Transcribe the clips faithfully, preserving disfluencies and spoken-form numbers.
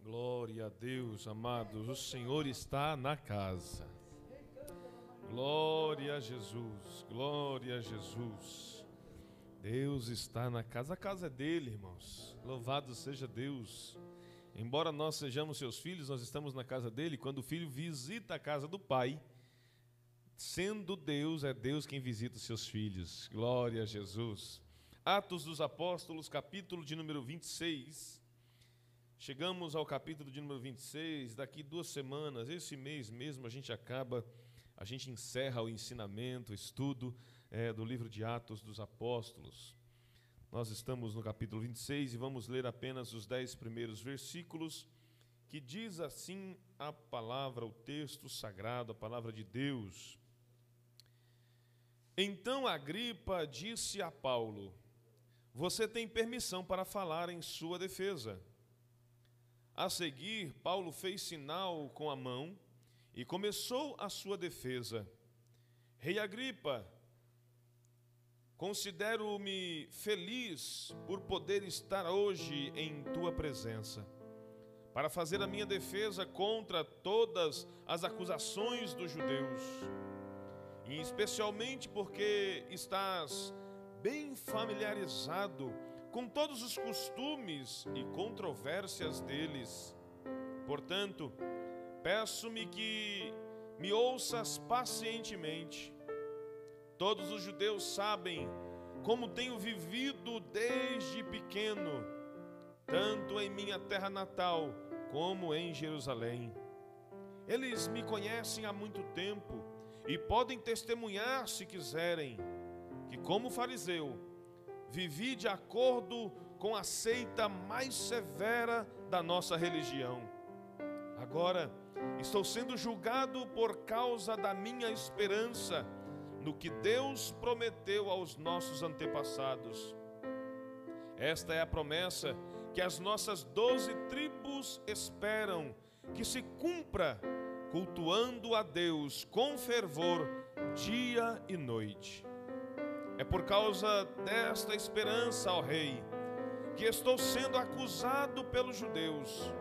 Glória a Deus, amados, o Senhor está na casa. Glória a Jesus, glória a Jesus. Deus está na casa, a casa é dele, irmãos. Louvado seja Deus. Embora nós sejamos seus filhos, nós estamos na casa dele. Quando o filho visita a casa do pai, sendo Deus, é Deus quem visita os seus filhos. Glória a Jesus. Atos dos Apóstolos, capítulo de número vinte e seis. Chegamos ao capítulo de número vinte e seis, daqui duas semanas, esse mês mesmo, a gente acaba, a gente encerra o ensinamento, o estudo é, do livro de Atos dos Apóstolos. Nós estamos no capítulo vinte e seis e vamos ler apenas os dez primeiros versículos, que diz assim a palavra, o texto sagrado, a palavra de Deus. Então Agripa disse a Paulo: você tem permissão para falar em sua defesa. A seguir, Paulo fez sinal com a mão e começou a sua defesa. Rei Agripa, considero-me feliz por poder estar hoje em tua presença, para fazer a minha defesa contra todas as acusações dos judeus, e especialmente porque estás bem familiarizado com todos os costumes e controvérsias deles. Portanto, peço-me que me ouças pacientemente. Todos os judeus sabem como tenho vivido desde pequeno, tanto em minha terra natal como em Jerusalém. Eles me conhecem há muito tempo e podem testemunhar, se quiserem, que como fariseu vivi de acordo com a seita mais severa da nossa religião. Agora estou sendo julgado por causa da minha esperança no que Deus prometeu aos nossos antepassados. Esta é a promessa que as nossas doze tribos esperam que se cumpra, cultuando a Deus com fervor dia e noite. É por causa desta esperança, ó Rei, que estou sendo acusado pelos judeus,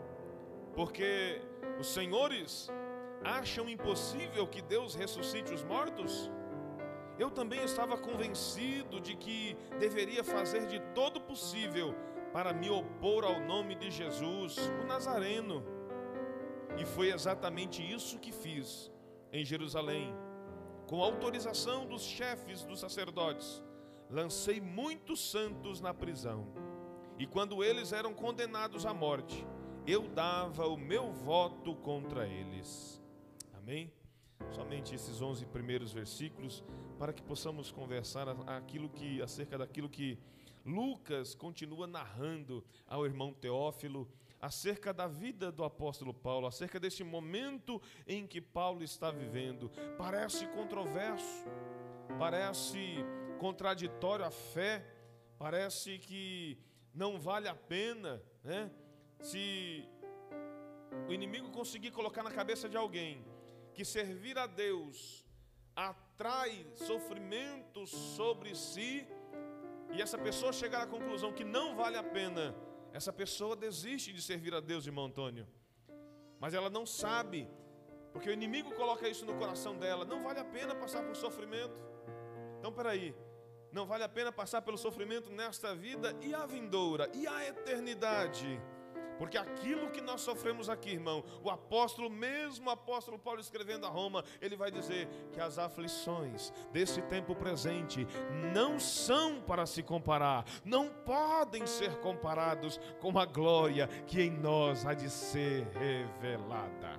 porque os senhores acham impossível que Deus ressuscite os mortos. Eu também estava convencido de que deveria fazer de todo possível para me opor ao nome de Jesus, o Nazareno. E foi exatamente isso que fiz em Jerusalém. Com autorização dos chefes dos sacerdotes, lancei muitos santos na prisão. E quando eles eram condenados à morte, eu dava o meu voto contra eles. Amém? Somente esses onze primeiros versículos, para que possamos conversar aquilo que, acerca daquilo que Lucas continua narrando ao irmão Teófilo, acerca da vida do apóstolo Paulo, acerca desse momento em que Paulo está vivendo. Parece controverso, parece contraditório à fé, parece que não vale a pena, né? Se o inimigo conseguir colocar na cabeça de alguém que servir a Deus atrai sofrimentos sobre si, e essa pessoa chegar à conclusão que não vale a pena, essa pessoa desiste de servir a Deus, irmão Antônio. Mas ela não sabe, porque o inimigo coloca isso no coração dela. Não vale a pena passar por sofrimento. Então, peraí, não vale a pena passar pelo sofrimento nesta vida e a vindoura, e a eternidade. Porque aquilo que nós sofremos aqui, irmão, o apóstolo, mesmo o apóstolo Paulo escrevendo a Roma, ele vai dizer que as aflições desse tempo presente não são para se comparar, não podem ser comparados com a glória que em nós há de ser revelada.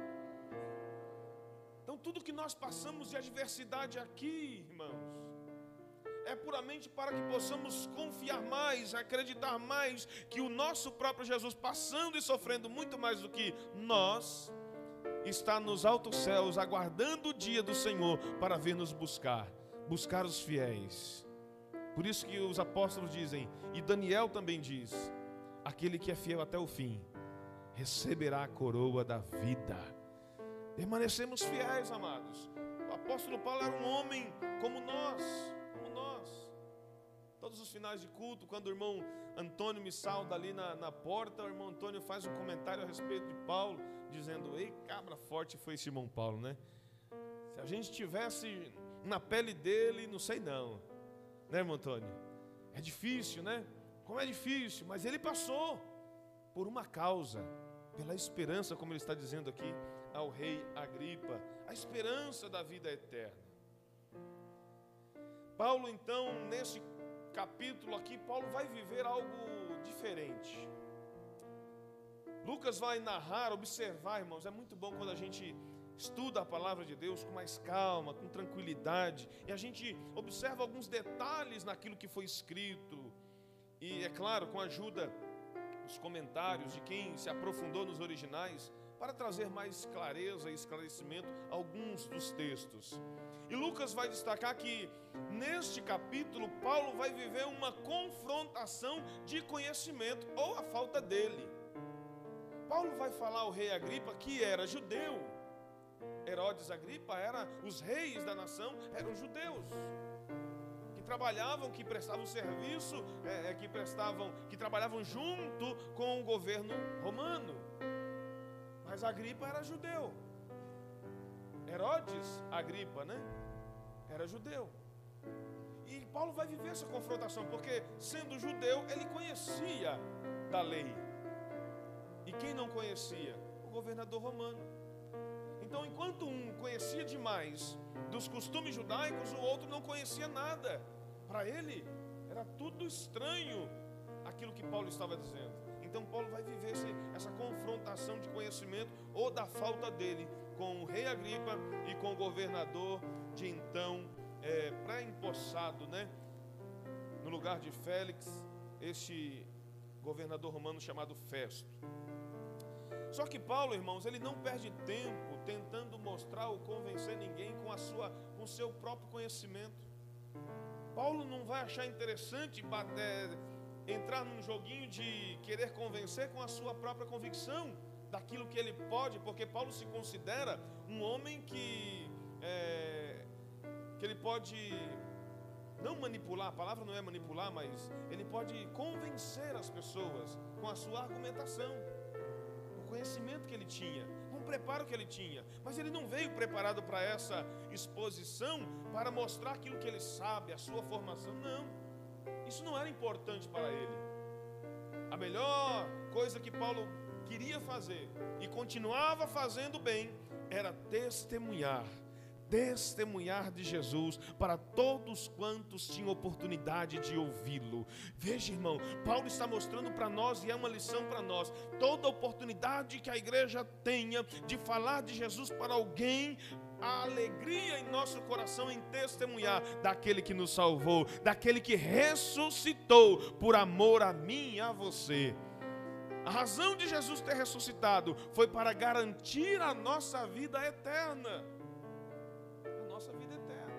Então tudo que nós passamos de adversidade aqui, irmãos, é puramente para que possamos confiar mais, acreditar mais que o nosso próprio Jesus, passando e sofrendo muito mais do que nós, está nos altos céus, aguardando o dia do Senhor para vir nos buscar, buscar os fiéis. Por isso que os apóstolos dizem, e Daniel também diz, aquele que é fiel até o fim, receberá a coroa da vida. Permanecemos fiéis, amados. O apóstolo Paulo era um homem como nós, todos os finais de culto, quando o irmão Antônio me salda ali na, na porta, o irmão Antônio faz um comentário a respeito de Paulo, dizendo: ei, cabra forte foi esse irmão Paulo, né? Se a gente tivesse na pele dele, não sei não, né, irmão Antônio? É difícil, né? Como é difícil, mas ele passou por uma causa, pela esperança, como ele está dizendo aqui ao rei Agripa, a esperança da vida eterna. Paulo, então, nesse capítulo aqui, Paulo vai viver algo diferente. Lucas vai narrar, observar, irmãos, é muito bom quando a gente estuda a palavra de Deus com mais calma, com tranquilidade, e a gente observa alguns detalhes naquilo que foi escrito, e é claro, com a ajuda dos comentários de quem se aprofundou nos originais, para trazer mais clareza e esclarecimento a alguns dos textos. E Lucas vai destacar que neste capítulo Paulo vai viver uma confrontação de conhecimento, ou a falta dele. Paulo vai falar ao rei Agripa, que era judeu. Herodes Agripa era, os reis da nação eram judeus, que trabalhavam, que prestavam serviço, é, que prestavam, que trabalhavam junto com o governo romano. Mas Agripa era judeu. Herodes Agripa, né? Era judeu. E Paulo vai viver essa confrontação, porque sendo judeu, ele conhecia da lei. E quem não conhecia? O governador romano. Então, enquanto um conhecia demais dos costumes judaicos, o outro não conhecia nada. Para ele, era tudo estranho aquilo que Paulo estava dizendo. Então Paulo vai viver esse, essa confrontação de conhecimento, ou da falta dele, com o rei Agripa e com o governador de então, é, pré-empossado, né, no lugar de Félix, este governador romano chamado Festo. Só que Paulo, irmãos, ele não perde tempo tentando mostrar ou convencer ninguém com a sua, com o seu próprio conhecimento. Paulo não vai achar interessante bater, entrar num joguinho de querer convencer com a sua própria convicção daquilo que ele pode, porque Paulo se considera um homem que, é, que ele pode não manipular, a palavra não é manipular, mas ele pode convencer as pessoas com a sua argumentação, o conhecimento que ele tinha, com o preparo que ele tinha. Mas ele não veio preparado para essa exposição para mostrar aquilo que ele sabe, a sua formação, não. Isso não era importante para ele. A melhor coisa que Paulo queria fazer, e continuava fazendo bem, era testemunhar, testemunhar de Jesus para todos quantos tinham oportunidade de ouvi-lo. Veja, irmão, Paulo está mostrando para nós, e é uma lição para nós, toda oportunidade que a igreja tenha de falar de Jesus para alguém, a alegria em nosso coração em testemunhar daquele que nos salvou, daquele que ressuscitou por amor a mim e a você. A razão de Jesus ter ressuscitado foi para garantir a nossa vida eterna. A nossa vida eterna.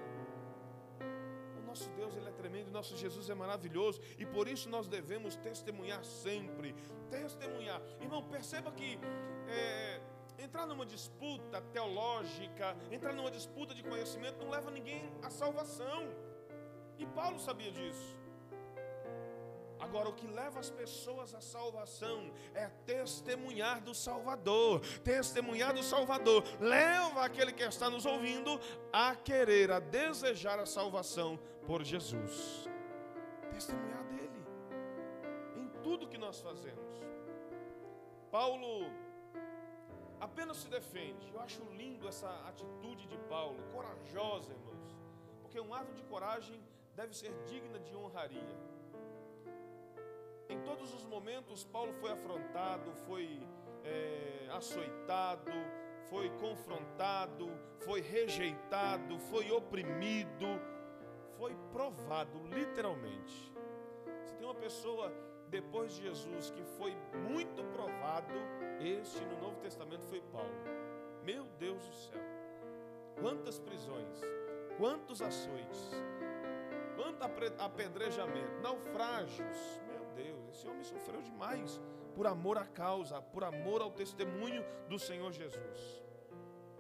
O nosso Deus, ele é tremendo, o nosso Jesus é maravilhoso, e por isso nós devemos testemunhar sempre. Testemunhar. Irmão, perceba que é, entrar numa disputa teológica, entrar numa disputa de conhecimento não leva ninguém à salvação. E Paulo sabia disso. Agora, o que leva as pessoas à salvação é testemunhar do Salvador. Testemunhar do Salvador leva aquele que está nos ouvindo a querer, a desejar a salvação por Jesus. Testemunhar dele em tudo que nós fazemos. Paulo apenas se defende. Eu acho lindo essa atitude de Paulo, corajosa, irmãos, porque um ato de coragem deve ser digna de honraria. Em todos os momentos, Paulo foi afrontado, foi é, açoitado, foi confrontado, foi rejeitado, foi oprimido, foi provado, literalmente. Se tem uma pessoa depois de Jesus que foi muito provado, este no Novo Testamento foi Paulo. Meu Deus do céu, quantas prisões, quantos açoites, quanto apedrejamento, naufrágios. Meu Deus, esse homem sofreu demais por amor à causa, por amor ao testemunho do Senhor Jesus.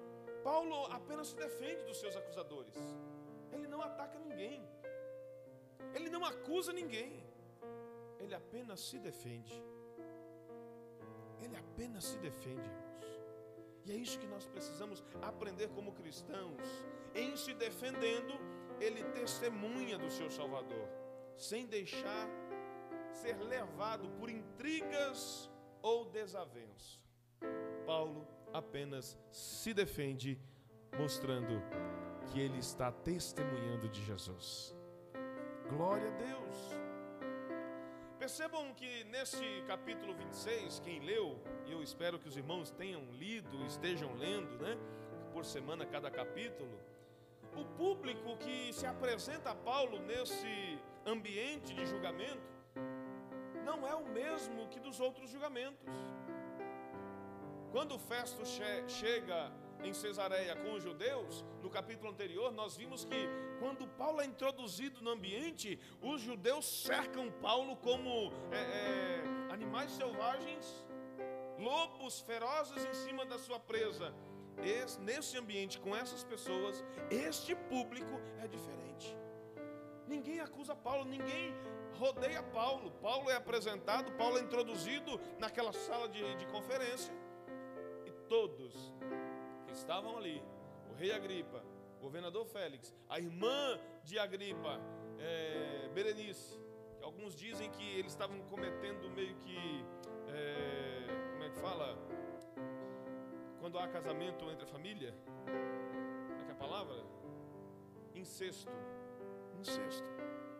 Paulo apenas se defende dos seus acusadores. Ele não ataca ninguém. Ele não acusa ninguém. Ele apenas se defende. Ele apenas se defende, irmãos. E é isso que nós precisamos aprender como cristãos. Em se defendendo, ele testemunha do seu Salvador, sem deixar ser levado por intrigas ou desavenças. Paulo apenas se defende, mostrando que ele está testemunhando de Jesus. Glória a Deus. Percebam que nesse capítulo vinte e seis, quem leu, e eu espero que os irmãos tenham lido, estejam lendo, né, por semana cada capítulo, o público que se apresenta a Paulo nesse ambiente de julgamento não é o mesmo que dos outros julgamentos. Quando Festo che- chega em Cesareia com os judeus, no capítulo anterior, nós vimos que quando Paulo é introduzido no ambiente, os judeus cercam Paulo como é, é, animais selvagens, lobos ferozes em cima da sua presa. Esse, nesse ambiente, com essas pessoas, este público é diferente. Ninguém acusa Paulo, ninguém rodeia Paulo. Paulo é apresentado, Paulo é introduzido naquela sala de, de conferência, e todos que estavam ali, o rei Agripa, o governador Félix, a irmã de Agripa, é, Berenice, que alguns dizem que eles estavam cometendo meio que, é, como é que fala? Quando há casamento entre a família, como é que é a palavra? Incesto. Incesto.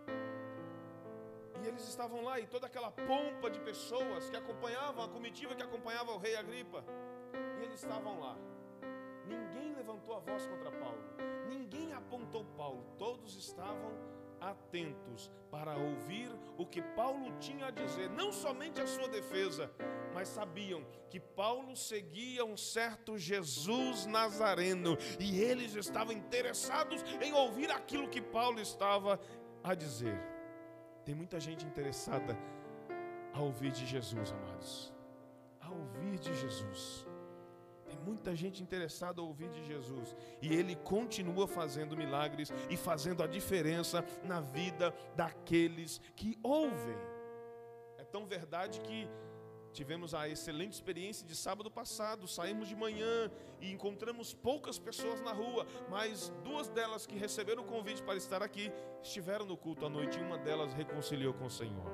E eles estavam lá, e toda aquela pompa de pessoas que acompanhavam, a comitiva que acompanhava o rei Agripa, e eles estavam lá. Ninguém levantou a voz contra Paulo, ninguém apontou Paulo, todos estavam atentos para ouvir o que Paulo tinha a dizer, não somente a sua defesa, mas sabiam que Paulo seguia um certo Jesus Nazareno, e eles estavam interessados em ouvir aquilo que Paulo estava a dizer. Tem muita gente interessada a ouvir de Jesus, amados, a ouvir de Jesus. Tem muita gente interessada a ouvir de Jesus, e Ele continua fazendo milagres e fazendo a diferença na vida daqueles que ouvem. É tão verdade que tivemos a excelente experiência de sábado passado. Saímos de manhã e encontramos poucas pessoas na rua, mas duas delas que receberam o convite para estar aqui estiveram no culto à noite, e uma delas reconciliou com o Senhor.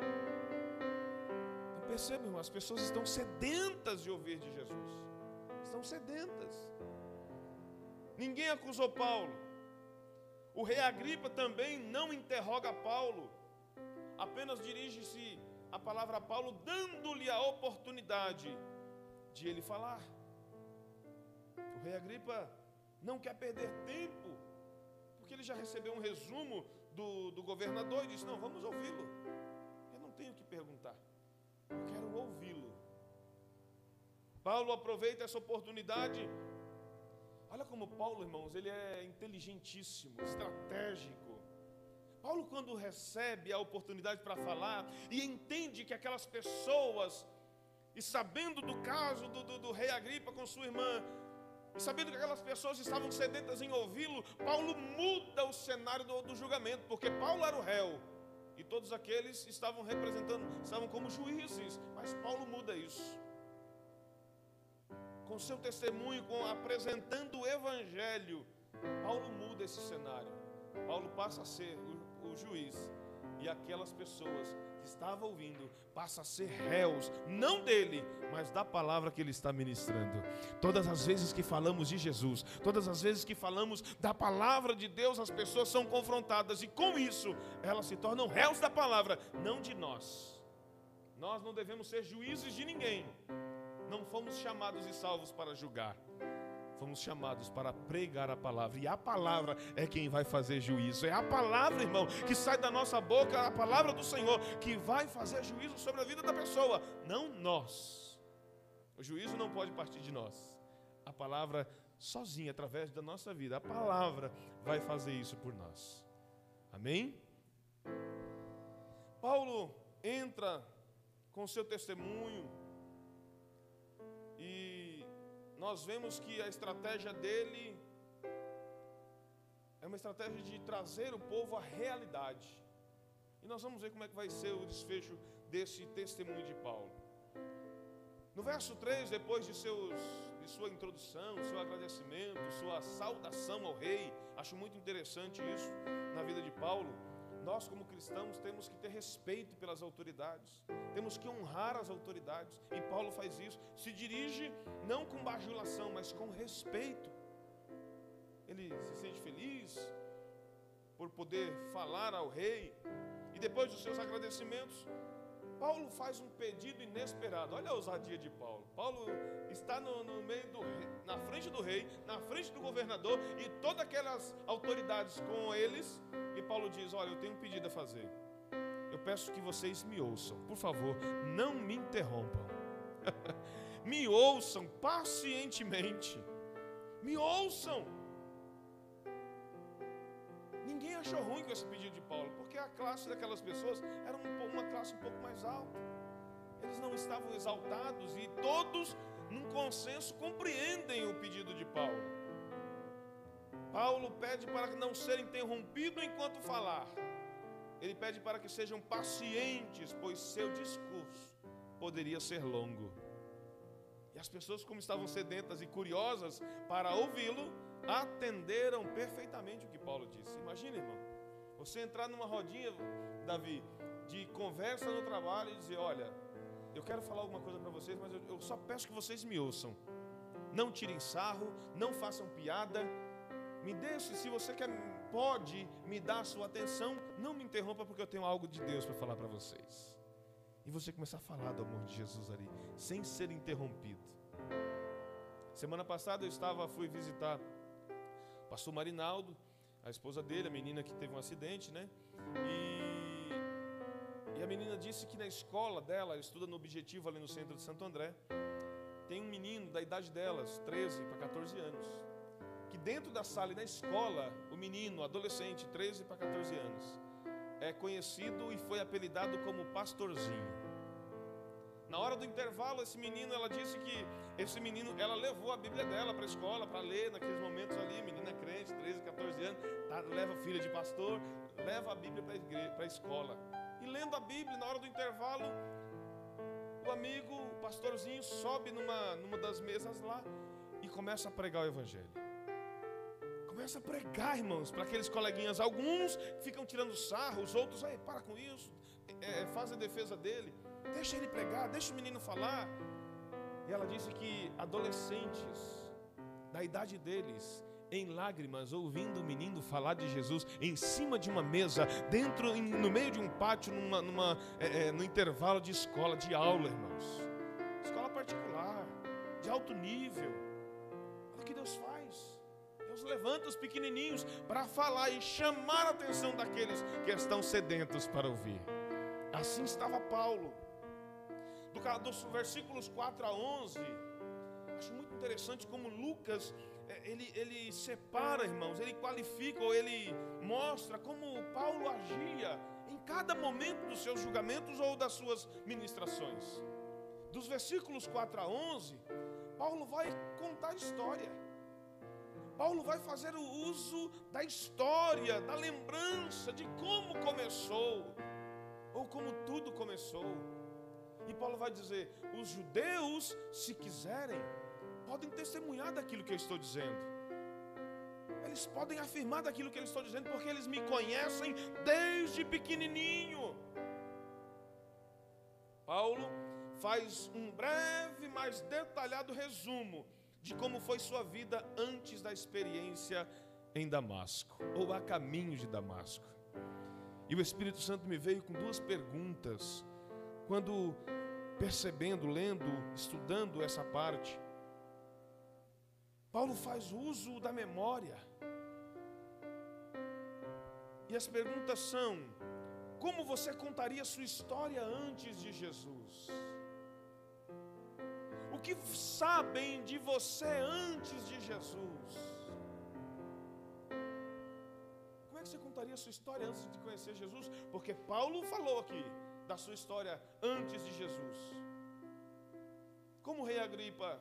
Então, percebam, irmão, as pessoas estão sedentas de ouvir de Jesus. Estão sedentas. Ninguém acusou Paulo. O rei Agripa também não interroga Paulo, apenas dirige-se a palavra a Paulo, dando-lhe a oportunidade de ele falar. O rei Agripa não quer perder tempo, porque ele já recebeu um resumo do, do governador e disse: não, vamos ouvi-lo. Eu não tenho que perguntar, eu quero ouvi-lo. Paulo aproveita essa oportunidade. Olha como Paulo, irmãos, ele é inteligentíssimo, estratégico. Paulo, quando recebe a oportunidade para falar e entende que aquelas pessoas, e sabendo do caso do, do, do rei Agripa com sua irmã, e sabendo que aquelas pessoas estavam sedentas em ouvi-lo, Paulo muda o cenário do, do julgamento, porque Paulo era o réu, e todos aqueles estavam representando, estavam como juízes, mas Paulo muda isso. Com seu testemunho, com, apresentando o evangelho, Paulo muda esse cenário. Paulo passa a ser o, o juiz, e aquelas pessoas que estavam ouvindo passam a ser réus, não dele, mas da palavra que ele está ministrando. Todas as vezes que falamos de Jesus, todas as vezes que falamos da palavra de Deus, as pessoas são confrontadas, e com isso elas se tornam réus da palavra, não de nós. Nós não devemos ser juízes de ninguém. Não fomos chamados e salvos para julgar, fomos chamados para pregar a palavra, e a palavra é quem vai fazer juízo. É a palavra, irmão, que sai da nossa boca, a palavra do Senhor, que vai fazer juízo sobre a vida da pessoa, não nós. O juízo não pode partir de nós. A palavra sozinha, através da nossa vida, a palavra vai fazer isso por nós. Amém? Paulo entra com seu testemunho, e nós vemos que a estratégia dele é uma estratégia de trazer o povo à realidade. E nós vamos ver como é que vai ser o desfecho desse testemunho de Paulo. No verso três, depois de, seus, de sua introdução, seu agradecimento, sua saudação ao rei, acho muito interessante isso na vida de Paulo. Nós, como cristãos, temos que ter respeito pelas autoridades, temos que honrar as autoridades, e Paulo faz isso, se dirige não com bajulação, mas com respeito. Ele se sente feliz por poder falar ao rei, e depois dos seus agradecimentos, Paulo faz um pedido inesperado. Olha a ousadia de Paulo. Paulo está no, no meio do rei, na frente do rei, na frente do governador e todas aquelas autoridades com eles. E Paulo diz: olha, eu tenho um pedido a fazer. Eu peço que vocês me ouçam. Por favor, não me interrompam. Me ouçam pacientemente. Me ouçam. Ninguém achou ruim com esse pedido de Paulo, porque a classe daquelas pessoas era uma classe um pouco mais alta. Eles não estavam exaltados e todos, num consenso, compreendem o pedido de Paulo. Paulo pede para não ser interrompido enquanto falar. Ele pede para que sejam pacientes, pois seu discurso poderia ser longo. E as pessoas, como estavam sedentas e curiosas para ouvi-lo, atenderam perfeitamente o que Paulo disse. Imagina, irmão, você entrar numa rodinha, Davi, de conversa no trabalho e dizer: olha, eu quero falar alguma coisa para vocês, mas eu, eu só peço que vocês me ouçam. Não tirem sarro, não façam piada. Me deixe, se você quer, pode me dar a sua atenção. Não me interrompa, porque eu tenho algo de Deus para falar para vocês. E você começar a falar do amor de Jesus ali, sem ser interrompido. Semana passada eu estava, fui visitar o pastor Marinaldo, a esposa dele, a menina que teve um acidente, né? E, e a menina disse que na escola dela, ela estuda no Objetivo ali no centro de Santo André, tem um menino da idade delas, treze para quatorze anos, que dentro da sala e na escola, o menino, adolescente, treze para quatorze anos, é conhecido e foi apelidado como pastorzinho. Na hora do intervalo, esse menino, ela disse que esse menino, ela levou a Bíblia dela para a escola, para ler naqueles momentos ali, menina crente, treze, quatorze anos, tá, leva a filha de pastor, leva a Bíblia para a igreja, para a escola. E lendo a Bíblia, na hora do intervalo, o amigo, o pastorzinho, sobe numa, numa das mesas lá e começa a pregar o evangelho. Começa a pregar, irmãos, para aqueles coleguinhas. Alguns ficam tirando sarro, os outros, aí, para com isso, é, fazem a defesa dele. Deixa ele pregar, deixa o menino falar. E ela disse que adolescentes da idade deles, em lágrimas, ouvindo o menino falar de Jesus em cima de uma mesa, dentro, no meio de um pátio, numa, numa, é, é, no intervalo de escola, de aula, irmãos. Escola particular, de alto nível. Olha o que Deus faz. Deus levanta os pequenininhos para falar e chamar a atenção daqueles que estão sedentos para ouvir. Assim estava Paulo. Dos versículos quatro a onze, acho muito interessante como Lucas, ele, ele separa, irmãos, ele qualifica, ou ele mostra como Paulo agia em cada momento dos seus julgamentos ou das suas ministrações. Dos versículos quatro a onze, Paulo vai contar a história. Paulo vai fazer o uso da história, da lembrança de como começou, ou como tudo começou. E Paulo vai dizer: os judeus, se quiserem, podem testemunhar daquilo que eu estou dizendo. Eles podem afirmar daquilo que eu estou dizendo, porque eles me conhecem desde pequenininho. Paulo faz um breve, mas detalhado resumo de como foi sua vida antes da experiência em Damasco, ou a caminho de Damasco. E o Espírito Santo me veio com duas perguntas, quando percebendo, lendo, estudando essa parte. Paulo faz uso da memória. E as perguntas são: como você contaria sua história antes de Jesus? O que sabem de você antes de Jesus? Como é que você contaria sua história antes de conhecer Jesus? Porque Paulo falou aqui da sua história antes de Jesus. Como o rei Agripa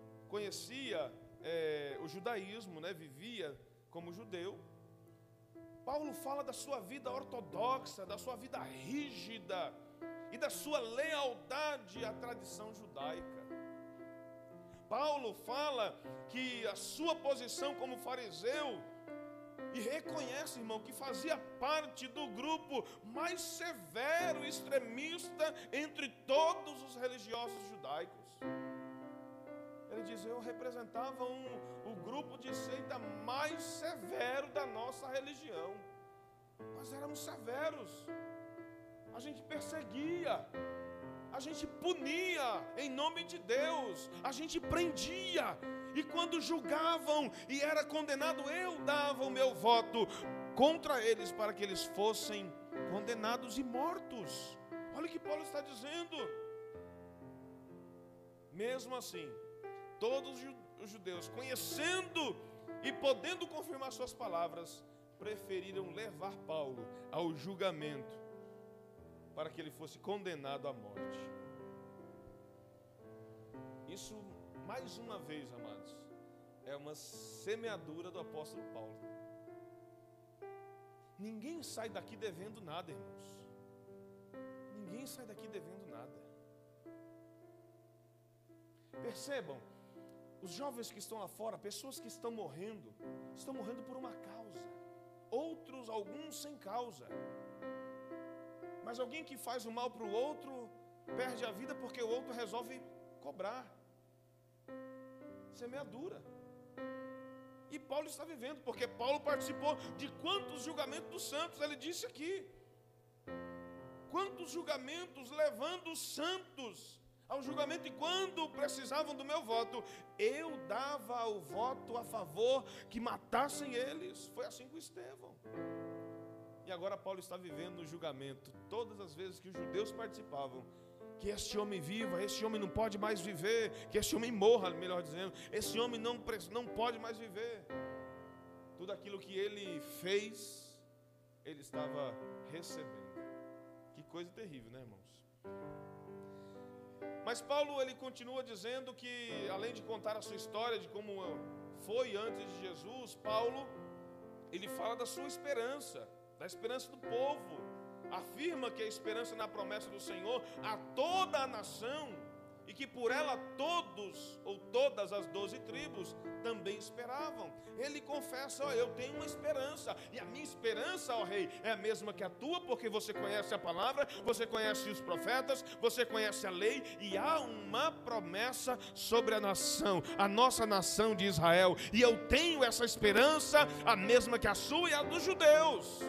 conhecia é, o judaísmo, né, vivia como judeu, Paulo fala da sua vida ortodoxa, da sua vida rígida e da sua lealdade à tradição judaica. Paulo fala que a sua posição como fariseu, e reconhece, irmão, que fazia parte do grupo mais severo e extremista entre todos os religiosos judaicos. Ele diz: eu representava um, o grupo de seita mais severo da nossa religião. Nós éramos severos, a gente perseguia, a gente punia em nome de Deus, a gente prendia. E quando julgavam e era condenado, eu dava o meu voto contra eles para que eles fossem condenados e mortos. Olha o que Paulo está dizendo. Mesmo assim, todos os judeus, conhecendo e podendo confirmar suas palavras, preferiram levar Paulo ao julgamento para que ele fosse condenado à morte. Isso, mais uma vez, amados, é uma semeadura do apóstolo Paulo. Ninguém sai daqui devendo nada, irmãos. Ninguém sai daqui devendo nada. Percebam, os jovens que estão lá fora, pessoas que estão morrendo, estão morrendo por uma causa. Outros, alguns sem causa. Mas alguém que faz o mal para o outro, perde a vida porque o outro resolve cobrar. Semeadura. E Paulo está vivendo, porque Paulo participou de quantos julgamentos dos santos, ele disse aqui. Quantos julgamentos levando os santos ao julgamento, e quando precisavam do meu voto, eu dava o voto a favor que matassem eles. Foi assim com Estevão. E agora Paulo está vivendo no julgamento, todas as vezes que os judeus participavam, que este homem viva, esse homem não pode mais viver, que este homem morra, melhor dizendo, esse homem não, não pode mais viver. Tudo aquilo que ele fez, ele estava recebendo. Que coisa terrível, né, irmãos? Mas Paulo, ele continua dizendo que, além de contar a sua história de como foi antes de Jesus, Paulo, ele fala da sua esperança, da esperança do povo. Afirma que a esperança na promessa do Senhor a toda a nação, e que por ela todos, ou todas as doze tribos, também esperavam. Ele confessa: ó, eu tenho uma esperança, e a minha esperança, ó rei, é a mesma que a tua, porque você conhece a palavra, você conhece os profetas, você conhece a lei, e há uma promessa sobre a nação, a nossa nação de Israel, e eu tenho essa esperança, a mesma que a sua e a dos judeus.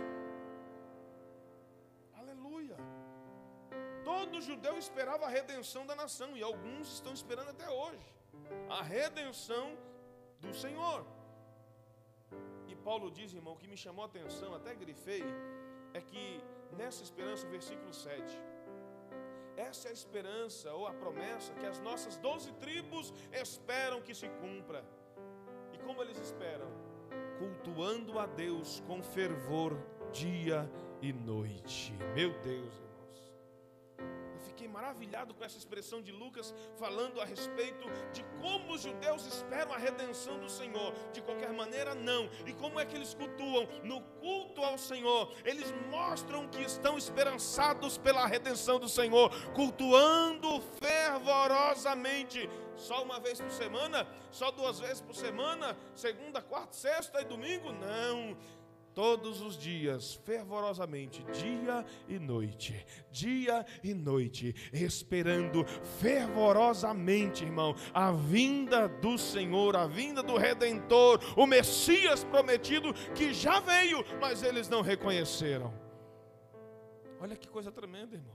Todo judeu esperava a redenção da nação, e alguns estão esperando até hoje a redenção do Senhor. E Paulo diz, irmão, que me chamou a atenção, até grifei, é que nessa esperança, versículo sete, essa é a esperança ou a promessa que as nossas doze tribos esperam que se cumpra. E como eles esperam? Cultuando a Deus com fervor dia e noite. Meu Deus, irmãos, fiquei maravilhado com essa expressão de Lucas, falando a respeito de como os judeus esperam a redenção do Senhor. De qualquer maneira, não. E como é que eles cultuam? No culto ao Senhor, eles mostram que estão esperançados pela redenção do Senhor, cultuando fervorosamente. Só uma vez por semana? Só duas vezes por semana? Segunda, quarta, sexta e domingo? Não. Todos os dias, fervorosamente, dia e noite, dia e noite, esperando fervorosamente, irmão, a vinda do Senhor, a vinda do Redentor, o Messias prometido, que já veio, mas eles não reconheceram. Olha que coisa tremenda, irmão.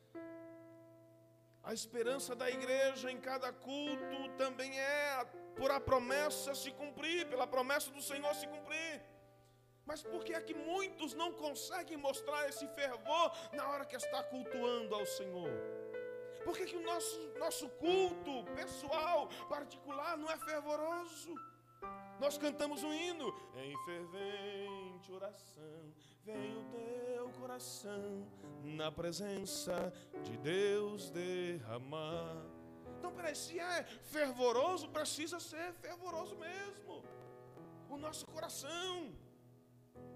A esperança da igreja em cada culto também é por a promessa se cumprir, pela promessa do Senhor se cumprir. Mas por que é que muitos não conseguem mostrar esse fervor na hora que está cultuando ao Senhor? Por que que o nosso, nosso culto pessoal, particular, não é fervoroso? Nós cantamos um hino: em fervente oração, vem o teu coração, na presença de Deus derramar. Então, peraí, se é fervoroso, precisa ser fervoroso mesmo. O nosso coração.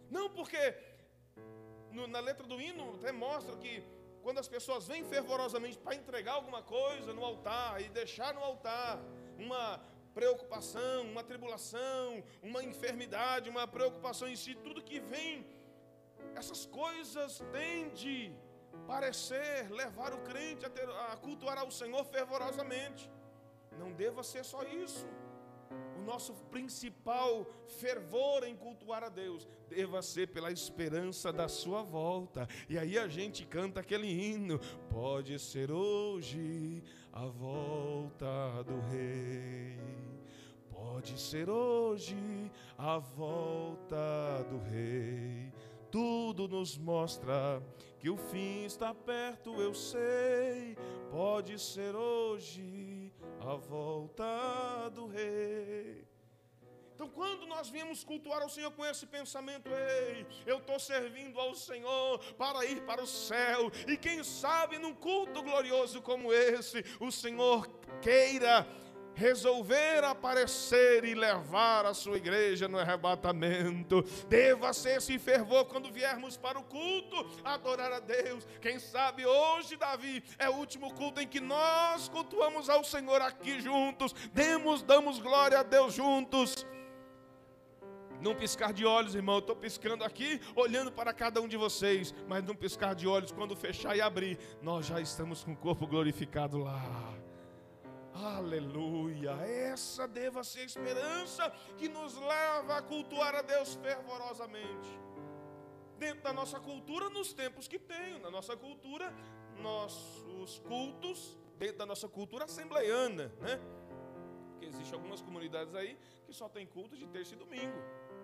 Não, porque no, na letra do hino até mostra que quando as pessoas vêm fervorosamente para entregar alguma coisa no altar e deixar no altar uma preocupação, uma tribulação, uma enfermidade, uma preocupação em si, tudo que vem, essas coisas tendem a parecer levar o crente a, ter, a cultuar ao Senhor fervorosamente. Não deva ser só isso. O nosso principal fervor em cultuar a Deus deva ser pela esperança da sua volta. E aí a gente canta aquele hino: pode ser hoje a volta do Rei, pode ser hoje a volta do Rei. Tudo nos mostra que o fim está perto, eu sei. Pode ser hoje a volta do Rei. Então, quando nós viemos cultuar ao Senhor com esse pensamento: ei, eu estou servindo ao Senhor para ir para o céu, e quem sabe num culto glorioso como esse, o Senhor queira resolver aparecer e levar a sua igreja no arrebatamento. Deva ser esse fervor quando viermos para o culto adorar a Deus. Quem sabe hoje, Davi, é o último culto em que nós cultuamos ao Senhor aqui juntos. Demos, damos glória a Deus juntos. Num piscar de olhos, irmão, eu estou piscando aqui, olhando para cada um de vocês, mas num piscar de olhos, quando fechar e abrir, nós já estamos com o corpo glorificado lá. Aleluia. Essa deva ser a esperança que nos leva a cultuar a Deus fervorosamente. Dentro da nossa cultura, nos tempos que tenho, na nossa cultura, nossos cultos, dentro da nossa cultura assembleiana, né? Porque existem algumas comunidades aí que só tem culto de terça e domingo.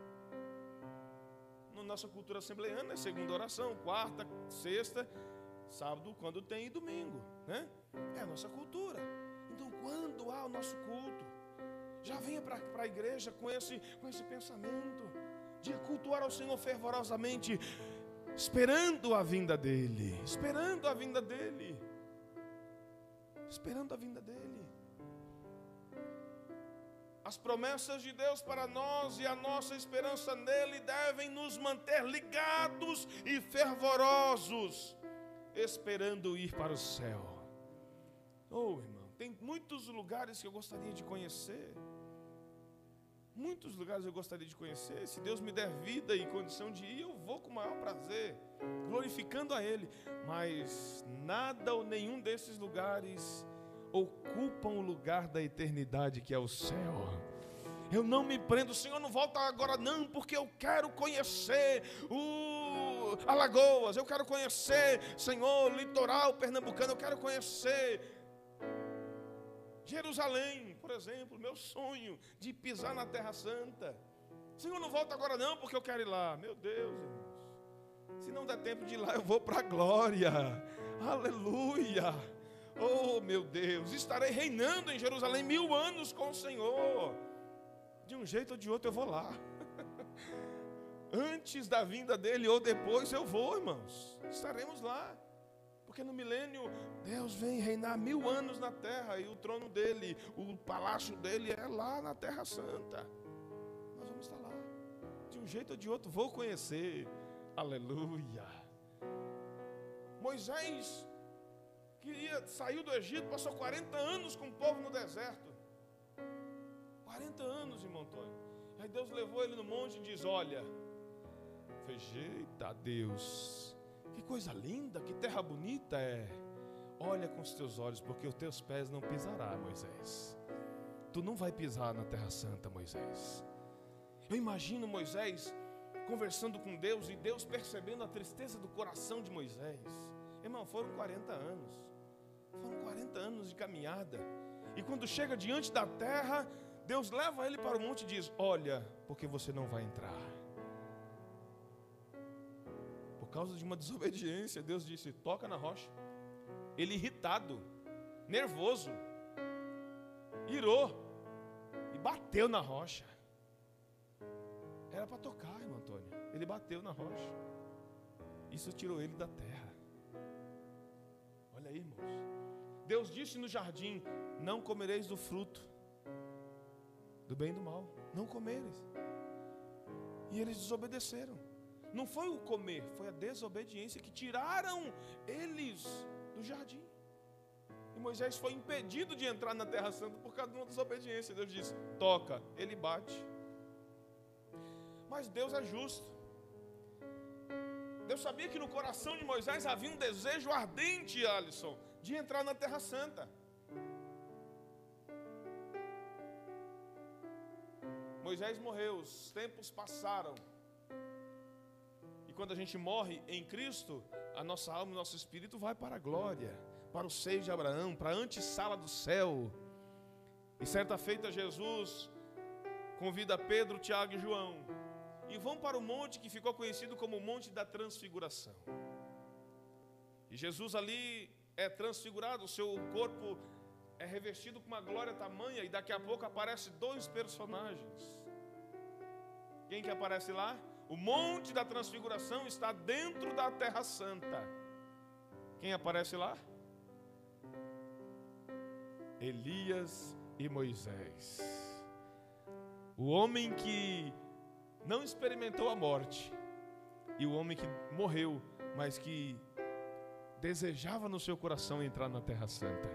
Na nossa cultura assembleiana é segunda oração, quarta, sexta, sábado, quando tem, e domingo, né? É a nossa cultura. Então, quando há o nosso culto, já venha para a igreja com esse, com esse pensamento de cultuar ao Senhor fervorosamente, esperando a vinda dEle, esperando a vinda dEle, esperando a vinda dEle. As promessas de Deus para nós e a nossa esperança nele devem nos manter ligados e fervorosos, esperando ir para o céu. Oh, irmão, tem muitos lugares que eu gostaria de conhecer. Muitos lugares eu gostaria de conhecer. Se Deus me der vida e condição de ir, eu vou com o maior prazer, glorificando a Ele. Mas nada ou nenhum desses lugares ocupam o lugar da eternidade, que é o céu. Eu não me prendo: Senhor, não volta agora não, porque eu quero conhecer o Alagoas, eu quero conhecer, Senhor, o litoral pernambucano, eu quero conhecer Jerusalém, por exemplo, meu sonho de pisar na Terra Santa. Senhor, não volta agora não, porque eu quero ir lá. Meu Deus, irmãos, se não der tempo de ir lá, eu vou para a glória. Aleluia. Oh, meu Deus, estarei reinando em Jerusalém mil anos com o Senhor. De um jeito ou de outro eu vou lá. Antes da vinda dele ou depois eu vou, irmãos. Estaremos lá. Porque no milênio Deus vem reinar mil anos na terra, e o trono dele, o palácio dele é lá na Terra Santa. Nós vamos estar lá. De um jeito ou de outro vou conhecer. Aleluia. Moisés queria, saiu do Egito, passou quarenta anos com o povo no deserto. quarenta anos, irmão Antônio. Aí Deus levou ele no monte e diz: olha, eita Deus, que coisa linda, que terra bonita é. Olha com os teus olhos, porque os teus pés não pisará, Moisés. Tu não vai pisar na Terra Santa, Moisés. Eu imagino Moisés conversando com Deus e Deus percebendo a tristeza do coração de Moisés. Irmão, foram quarenta anos. Foram quarenta anos de caminhada. E quando chega diante da terra, Deus leva ele para o monte e diz: olha, porque você não vai entrar. Por causa de uma desobediência, Deus disse: toca na rocha. Ele irritado, nervoso, irou e bateu na rocha. Era para tocar, irmão Antônio. Ele bateu na rocha. Isso tirou ele da terra. Olha aí, irmãos. Deus disse no jardim: não comereis do fruto do bem e do mal. Não comereis. E eles desobedeceram. não foi o comer, foi a desobediência que tiraram eles do jardim. E Moisés foi impedido de entrar na Terra Santa por causa de uma desobediência. Deus disse, toca, ele bate. Mas Deus é justo. Deus sabia que no coração de Moisés havia um desejo ardente, Alisson, de entrar na Terra Santa. Moisés morreu, os tempos passaram. E quando a gente morre em Cristo, a nossa alma e o nosso espírito vai para a glória, para o seio de Abraão, para a antessala do céu. E certa feita Jesus convida Pedro, Tiago e João e vão para o monte que ficou conhecido como o Monte da Transfiguração. E Jesus ali é transfigurado, o seu corpo é revestido com uma glória tamanha, e daqui a pouco aparecem dois personagens. Quem que aparece lá? O Monte da Transfiguração está dentro da Terra Santa. Quem aparece lá? Elias e Moisés. O homem que não experimentou a morte e o homem que morreu, mas que desejava no seu coração entrar na Terra Santa.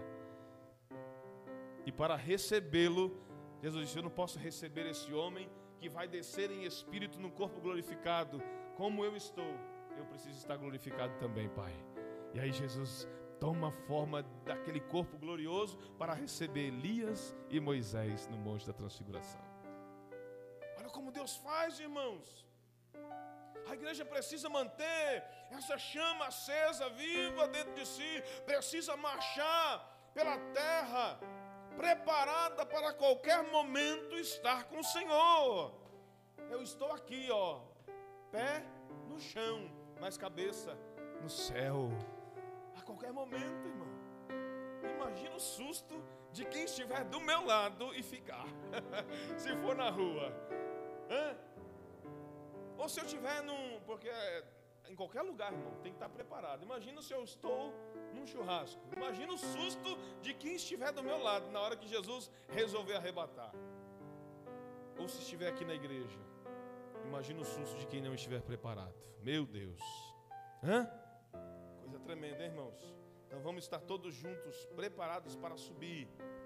E para recebê-lo, Jesus disse, eu não posso receber esse homem que vai descer em espírito no corpo glorificado, como eu estou, eu preciso estar glorificado também, Pai. E aí Jesus toma a forma daquele corpo glorioso para receber Elias e Moisés no Monte da Transfiguração. Olha como Deus faz, irmãos. A igreja precisa manter essa chama acesa, viva dentro de si, precisa marchar pela terra, preparada para qualquer momento estar com o Senhor. Eu estou aqui, ó, pé no chão, mas cabeça no céu. A qualquer momento, irmão. Imagina o susto de quem estiver do meu lado e ficar, se for na rua. Hã? Ou se eu estiver num... Porque em qualquer lugar, irmão, tem que estar preparado. Imagina se eu estou num churrasco. Imagina o susto de quem estiver do meu lado na hora que Jesus resolver arrebatar. Ou se estiver aqui na igreja. Imagina o susto de quem não estiver preparado. Meu Deus. Hã? Coisa tremenda, hein, irmãos? Então vamos estar todos juntos, preparados para subir.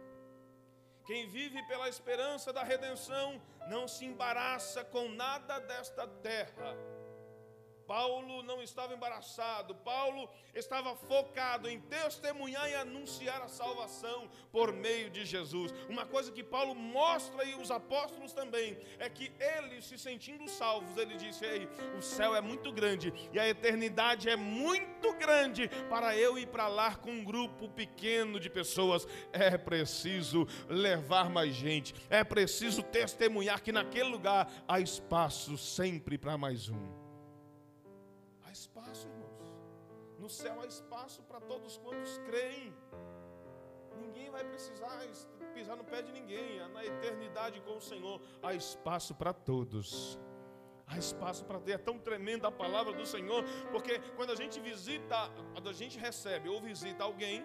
Quem vive pela esperança da redenção não se embaraça com nada desta terra. Paulo não estava embaraçado, Paulo estava focado em testemunhar e anunciar a salvação por meio de Jesus. Uma coisa que Paulo mostra, e os apóstolos também, é que eles, se sentindo salvos, ele disse, ei, o céu é muito grande e a eternidade é muito grande para eu ir para lá com um grupo pequeno de pessoas. É preciso levar mais gente, é preciso testemunhar que naquele lugar há espaço sempre para mais um. Espaço, irmãos. No céu há espaço para todos quantos creem. Ninguém vai precisar pisar no pé de ninguém. Na eternidade com o Senhor há espaço para todos. Há espaço para ter. É tão tremenda a palavra do Senhor, porque quando a gente visita, quando a gente recebe ou visita alguém,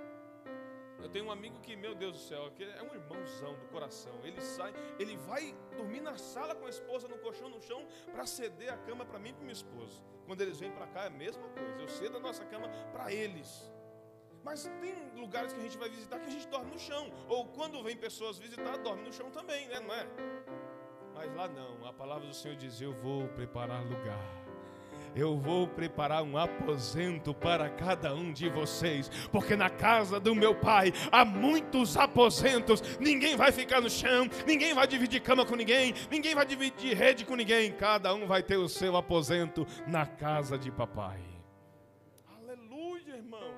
eu tenho um amigo que, meu Deus do céu, que é um irmãozão do coração. Ele sai, ele vai dormir na sala com a esposa no colchão no chão para ceder a cama para mim e para minha esposa. Quando eles vêm para cá é a mesma coisa. Eu cedo a nossa cama para eles. Mas tem lugares que a gente vai visitar que a gente dorme no chão. Ou quando vem pessoas visitar, dorme no chão também, né? Não é? Mas lá não. A palavra do Senhor diz, eu vou preparar lugar. Eu vou preparar um aposento para cada um de vocês, porque na casa do meu pai há muitos aposentos. Ninguém vai ficar no chão, ninguém vai dividir cama com ninguém, ninguém vai dividir rede com ninguém. Cada um vai ter o seu aposento na casa de papai. Aleluia, irmãos.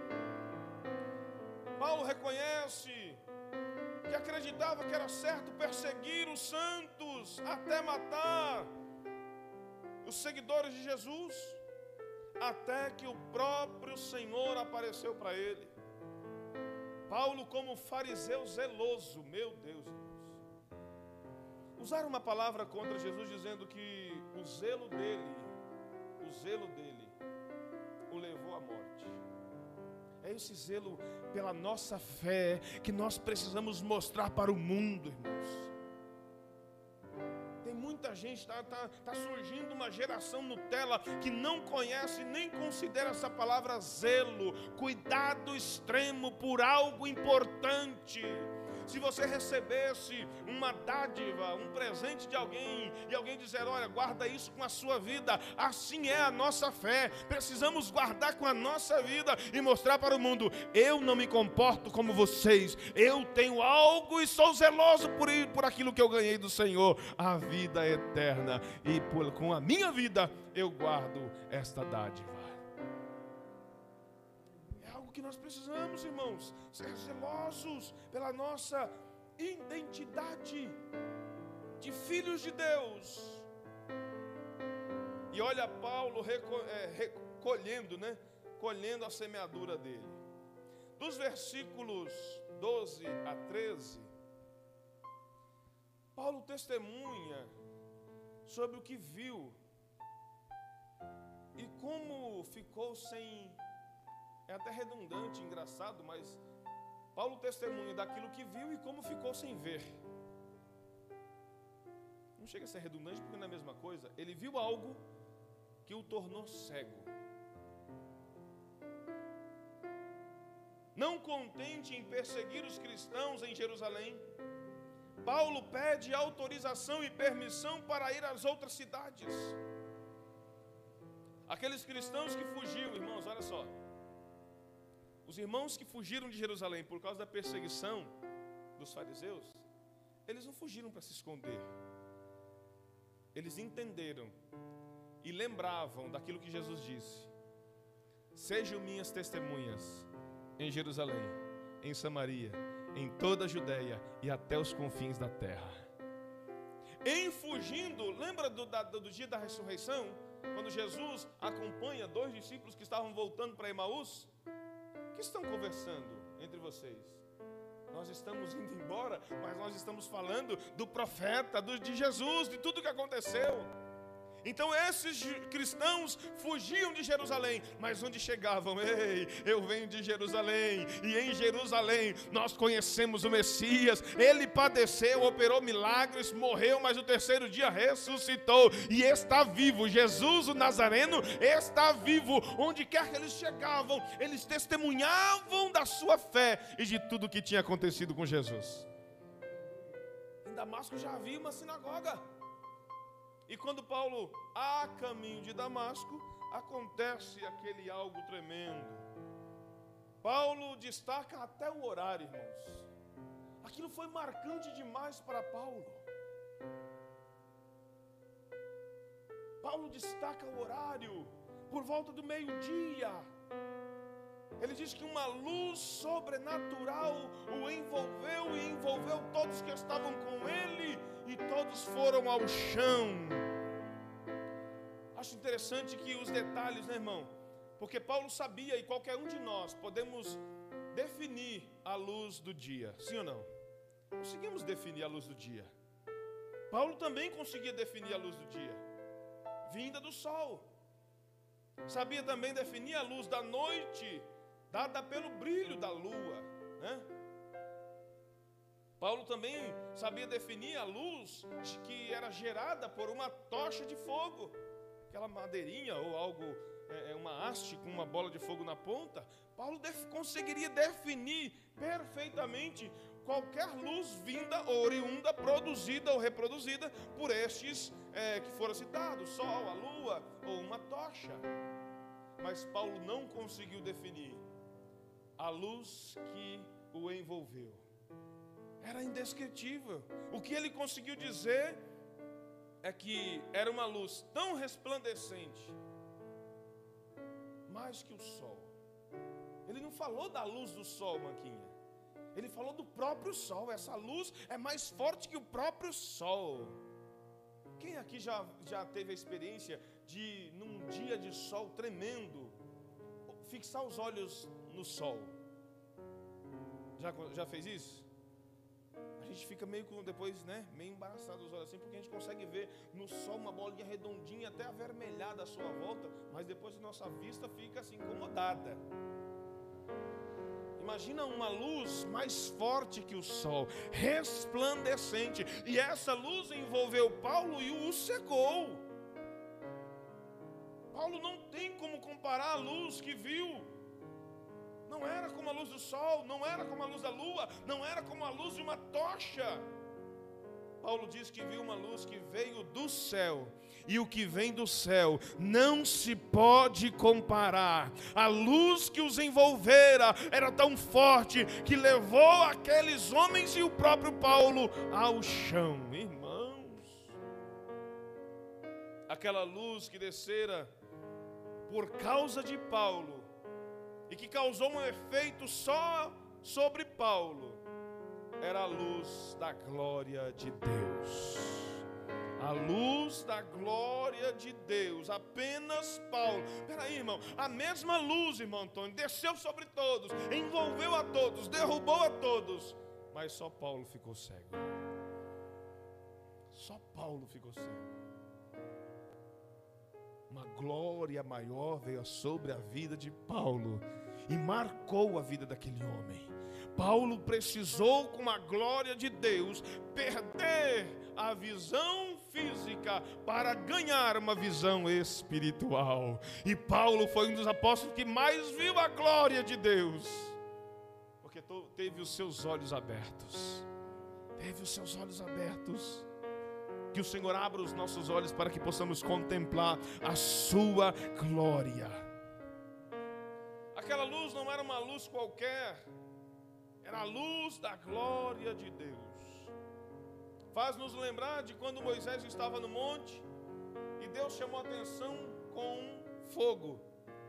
Paulo reconhece que acreditava que era certo perseguir os santos até matar os seguidores de Jesus, até que o próprio Senhor apareceu para ele. Paulo, como fariseu zeloso, meu Deus, irmãos, usaram uma palavra contra Jesus dizendo que o zelo dele, o zelo dele o levou à morte. É esse zelo pela nossa fé que nós precisamos mostrar para o mundo, irmãos. Tem muita gente, está tá, tá surgindo uma geração Nutella que não conhece nem considera essa palavra zelo, cuidado extremo por algo importante. Se você recebesse uma dádiva, um presente de alguém, e alguém dizer, olha, guarda isso com a sua vida, assim é a nossa fé. Precisamos guardar com a nossa vida e mostrar para o mundo, eu não me comporto como vocês, eu tenho algo e sou zeloso por, ir, por aquilo que eu ganhei do Senhor, a vida eterna, e por, com a minha vida eu guardo esta dádiva. Que nós precisamos, irmãos, ser zelosos pela nossa identidade de filhos de Deus. E olha Paulo reco é, recolhendo, né? Colhendo a semeadura dele. Dos versículos doze a treze, Paulo testemunha sobre o que viu e como ficou sem... É até redundante, engraçado, mas Paulo testemunha daquilo que viu e como ficou sem ver. Não chega a ser redundante porque não é a mesma coisa. Ele viu algo que o tornou cego. Não contente em perseguir os cristãos em Jerusalém, Paulo pede autorização e permissão para ir às outras cidades. Aqueles cristãos que fugiam, irmãos, olha só. Os irmãos que fugiram de Jerusalém por causa da perseguição dos fariseus, eles não fugiram para se esconder. Eles entenderam e lembravam daquilo que Jesus disse: sejam minhas testemunhas em Jerusalém, em Samaria, em toda a Judéia e até os confins da terra. Em fugindo, lembra do, da, do dia da ressurreição? Quando Jesus acompanha dois discípulos que estavam voltando para Emaús? O que estão conversando entre vocês? Nós estamos indo embora, mas nós estamos falando do profeta, do, de Jesus, de tudo que aconteceu. Então esses cristãos fugiam de Jerusalém, mas onde chegavam, ei, eu venho de Jerusalém, e em Jerusalém nós conhecemos o Messias, ele padeceu, operou milagres, morreu, mas o terceiro dia ressuscitou, e está vivo. Jesus o Nazareno está vivo. Onde quer que eles chegavam, eles testemunhavam da sua fé e de tudo que tinha acontecido com Jesus. Em Damasco já havia uma sinagoga. E quando Paulo, a caminho de Damasco, acontece aquele algo tremendo. Paulo destaca até o horário, irmãos. Aquilo foi marcante demais para Paulo. Paulo destaca o horário, por volta do meio-dia. Ele diz que uma luz sobrenatural o envolveu e envolveu todos que estavam com ele, e todos foram ao chão. Acho interessante que os detalhes, né, irmão? Porque Paulo sabia, e qualquer um de nós podemos definir a luz do dia, sim ou não? Conseguimos definir a luz do dia. Paulo também conseguia definir a luz do dia, vinda do sol. Sabia também definir a luz da noite, dada pelo brilho da lua, né? Paulo também sabia definir a luz que era gerada por uma tocha de fogo, aquela madeirinha ou algo, é, uma haste com uma bola de fogo na ponta. Paulo def, conseguiria definir perfeitamente qualquer luz vinda ou oriunda, produzida ou reproduzida por estes é, que foram citados, sol, a lua ou uma tocha. Mas Paulo não conseguiu definir a luz que o envolveu. Era indescritível. O que ele conseguiu dizer é que era uma luz tão resplandecente, mais que o sol. Ele não falou da luz do sol, Manquinha. Ele falou do próprio sol. Essa luz é mais forte que o próprio sol. Quem aqui já, já teve a experiência de, num dia de sol tremendo, fixar os olhos no sol? Já, já fez isso? A gente fica meio com, depois, né, meio embaraçado os olhos assim, porque a gente consegue ver no sol uma bolinha redondinha, até avermelhada à sua volta, mas depois a nossa vista fica assim, incomodada. Imagina uma luz mais forte que o sol, resplandecente. E essa luz envolveu Paulo e o cegou. Paulo não tem como comparar a luz que viu. Não era como a luz do sol, não era como a luz da lua, não era como a luz de uma tocha. Paulo diz que viu uma luz que veio do céu. E o que vem do céu não se pode comparar. A luz que os envolvera era tão forte que levou aqueles homens e o próprio Paulo ao chão. Irmãos, aquela luz que descera por causa de Paulo e que causou um efeito só sobre Paulo, era a luz da glória de Deus. A luz da glória de Deus. Apenas Paulo. Peraí, irmão, a mesma luz, irmão Antônio, desceu sobre todos, envolveu a todos, derrubou a todos, mas só Paulo ficou cego. Só Paulo ficou cego. Uma glória maior veio sobre a vida de Paulo e marcou a vida daquele homem. Paulo precisou, com a glória de Deus, perder a visão física para ganhar uma visão espiritual. E Paulo foi um dos apóstolos que mais viu a glória de Deus, porque teve os seus olhos abertos. Teve os seus olhos abertos. Que o Senhor abra os nossos olhos para que possamos contemplar a sua glória. Aquela luz não era uma luz qualquer, era a luz da glória de Deus. Faz-nos lembrar de quando Moisés estava no monte e Deus chamou a atenção com fogo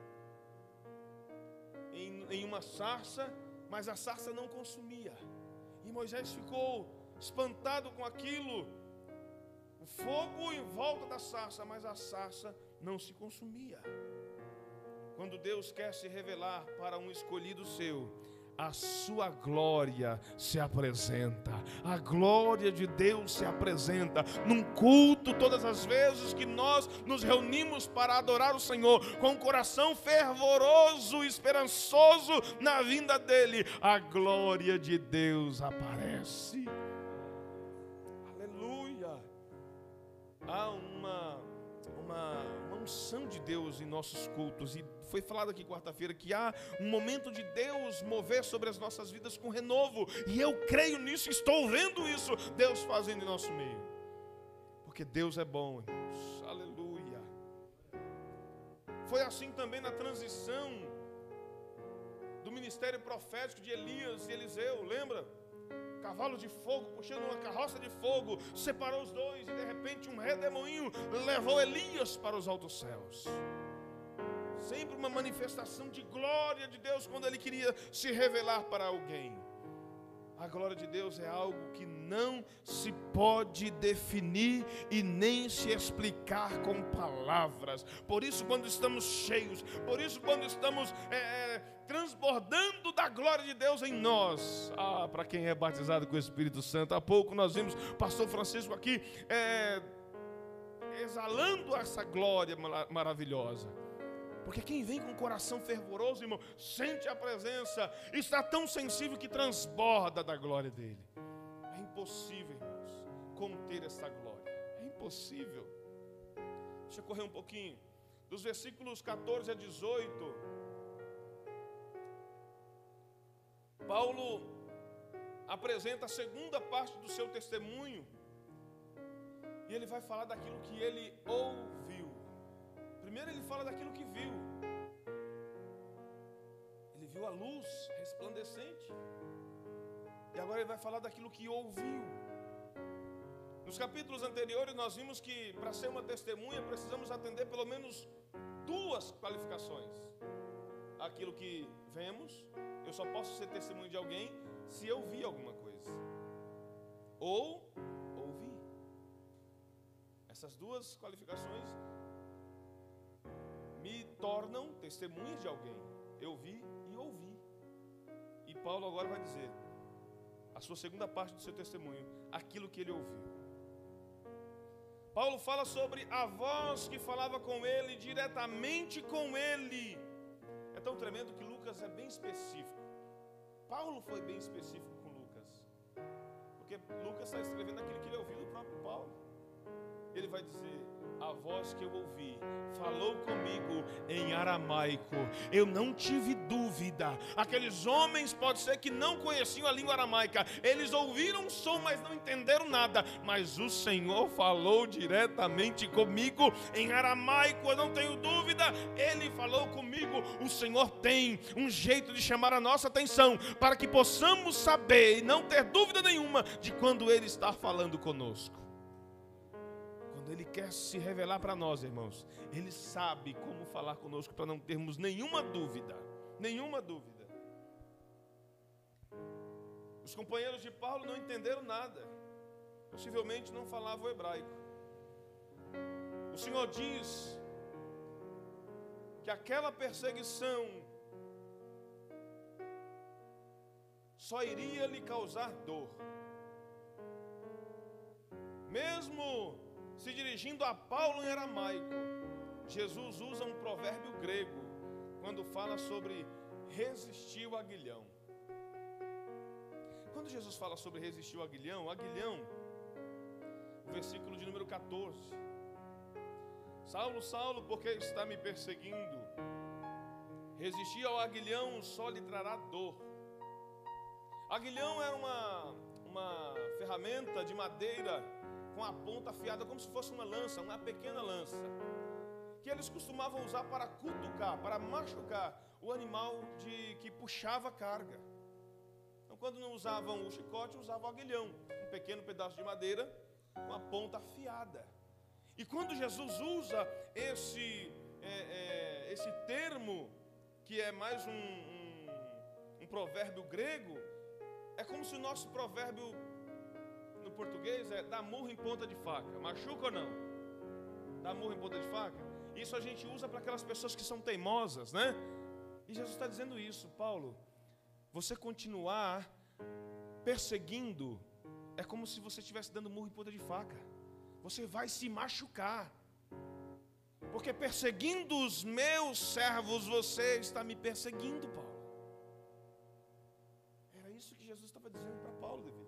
em, em uma sarça, mas a sarça não consumia. E Moisés ficou espantado com aquilo. O fogo em volta da sarça, mas a sarça não se consumia. Quando Deus quer se revelar para um escolhido seu, a sua glória se apresenta. A glória de Deus se apresenta num culto todas as vezes que nós nos reunimos para adorar o Senhor com um coração fervoroso, esperançoso na vinda dEle. A glória de Deus aparece. Aleluia. Há uma, uma, uma unção de Deus em nossos cultos. E foi falado aqui quarta-feira que há um momento de Deus mover sobre as nossas vidas com renovo. E eu creio nisso, estou vendo isso, Deus fazendo em nosso meio. Porque Deus é bom, irmãos. Aleluia. Foi assim também na transição do ministério profético de Elias e Eliseu, lembra? Cavalo de fogo, puxando uma carroça de fogo, separou os dois e de repente um redemoinho levou Elias para os altos céus. Sempre uma manifestação de glória de Deus quando Ele queria se revelar para alguém. A glória de Deus é algo que não se pode definir e nem se explicar com palavras. Por isso, quando estamos cheios, por isso, quando estamos é, é, transbordando da glória de Deus em nós. Ah, para quem é batizado com o Espírito Santo, há pouco nós vimos o pastor Francisco aqui é, exalando essa glória maravilhosa. Porque quem vem com o coração fervoroso, irmão, sente a presença, está tão sensível que transborda da glória dele. É impossível, irmãos, conter essa glória. É impossível. Deixa eu correr um pouquinho. Dos versículos catorze a dezoito, Paulo apresenta a segunda parte do seu testemunho. E ele vai falar daquilo que ele ouviu. Primeiro ele fala daquilo que viu. Ele viu a luz resplandecente. E agora ele vai falar daquilo que ouviu. Nos capítulos anteriores nós vimos que para ser uma testemunha precisamos atender pelo menos duas qualificações. Aquilo que vemos, eu só posso ser testemunha de alguém se eu vi alguma coisa. Ou ouvi. Essas duas qualificações me tornam testemunha de alguém. Eu vi e ouvi. E Paulo agora vai dizer a sua segunda parte do seu testemunho, aquilo que ele ouviu. Paulo fala sobre a voz que falava com ele, diretamente com ele. É tão tremendo que Lucas é bem específico. Paulo foi bem específico com Lucas, porque Lucas está escrevendo aquilo que ele ouviu do próprio Paulo. Ele vai dizer: a voz que eu ouvi falou comigo em aramaico. Eu não tive dúvida. Aqueles homens, pode ser que não conheciam a língua aramaica, eles ouviram o som, mas não entenderam nada. Mas o Senhor falou diretamente comigo em aramaico. Eu não tenho dúvida, Ele falou comigo. O Senhor tem um jeito de chamar a nossa atenção, para que possamos saber e não ter dúvida nenhuma de quando Ele está falando conosco. Ele quer se revelar para nós, irmãos. Ele sabe como falar conosco para não termos nenhuma dúvida. Nenhuma dúvida. Os companheiros de Paulo não entenderam nada. Possivelmente não falavam hebraico. O Senhor diz que aquela perseguição só iria lhe causar dor. Mesmo se dirigindo a Paulo em aramaico, Jesus usa um provérbio grego quando fala sobre resistir o aguilhão. Quando Jesus fala sobre resistir o aguilhão, aguilhão, o versículo de número quatorze: Saulo, Saulo, por que está me perseguindo? Resistir ao aguilhão só lhe trará dor. Aguilhão era uma, uma ferramenta de madeira com a ponta afiada, como se fosse uma lança, uma pequena lança, que eles costumavam usar para cutucar, para machucar o animal de, que puxava a carga. Então, quando não usavam o chicote, usavam o aguilhão, um pequeno pedaço de madeira com a ponta afiada. E quando Jesus usa esse, é, é, esse termo, que é mais um, um, um provérbio grego, é como se o nosso provérbio no português é dar murro em ponta de faca. Machuca ou não? Dar murro em ponta de faca. Isso a gente usa para aquelas pessoas que são teimosas, né? E Jesus está dizendo isso: Paulo, você continuar perseguindo é como se você estivesse dando murro em ponta de faca. Você vai se machucar, porque perseguindo os meus servos, você está me perseguindo, Paulo. Era isso que Jesus estava dizendo para Paulo, Davi.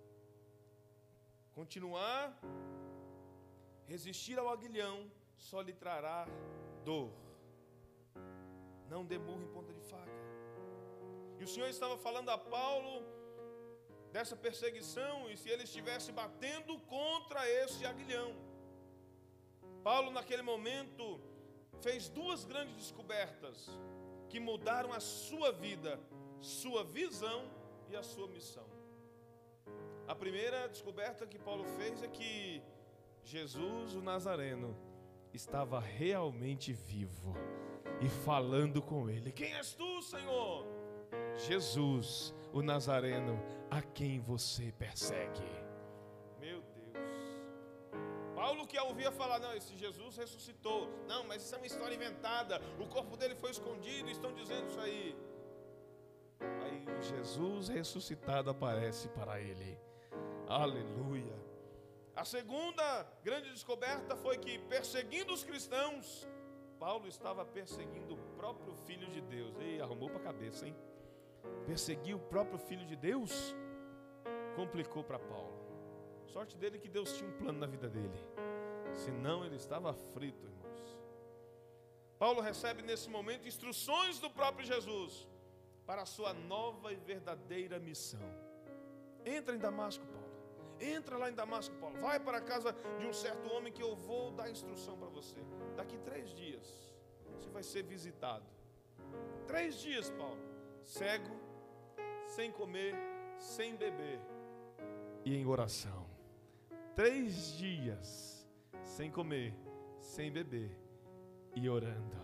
Continuar, resistir ao aguilhão só lhe trará dor. Não dê murro em ponta de faca. E o Senhor estava falando a Paulo dessa perseguição, e se ele estivesse batendo contra esse aguilhão. Paulo, naquele momento, fez duas grandes descobertas que mudaram a sua vida, sua visão e a sua missão. A primeira descoberta que Paulo fez é que Jesus, o Nazareno, estava realmente vivo e falando com ele. Quem és tu, Senhor? Jesus, o Nazareno, a quem você persegue. Meu Deus. Paulo que ouvia falar: não, esse Jesus ressuscitou. Não, mas isso é uma história inventada. O corpo dele foi escondido, estão dizendo isso aí. Aí Jesus ressuscitado aparece para ele. Aleluia. A segunda grande descoberta foi que, perseguindo os cristãos, Paulo estava perseguindo o próprio Filho de Deus. Ei, arrumou para a cabeça, hein? Perseguir o próprio Filho de Deus complicou para Paulo. Sorte dele que Deus tinha um plano na vida dele, senão ele estava frito, irmãos. Paulo recebe nesse momento instruções do próprio Jesus para a sua nova e verdadeira missão. Entra em Damasco, Paulo. Entra lá em Damasco, Paulo. Vai para a casa de um certo homem que eu vou dar instrução para você. Daqui três dias você vai ser visitado. Três dias, Paulo. Cego, sem comer, sem beber e em oração. Três dias sem comer, sem beber e orando.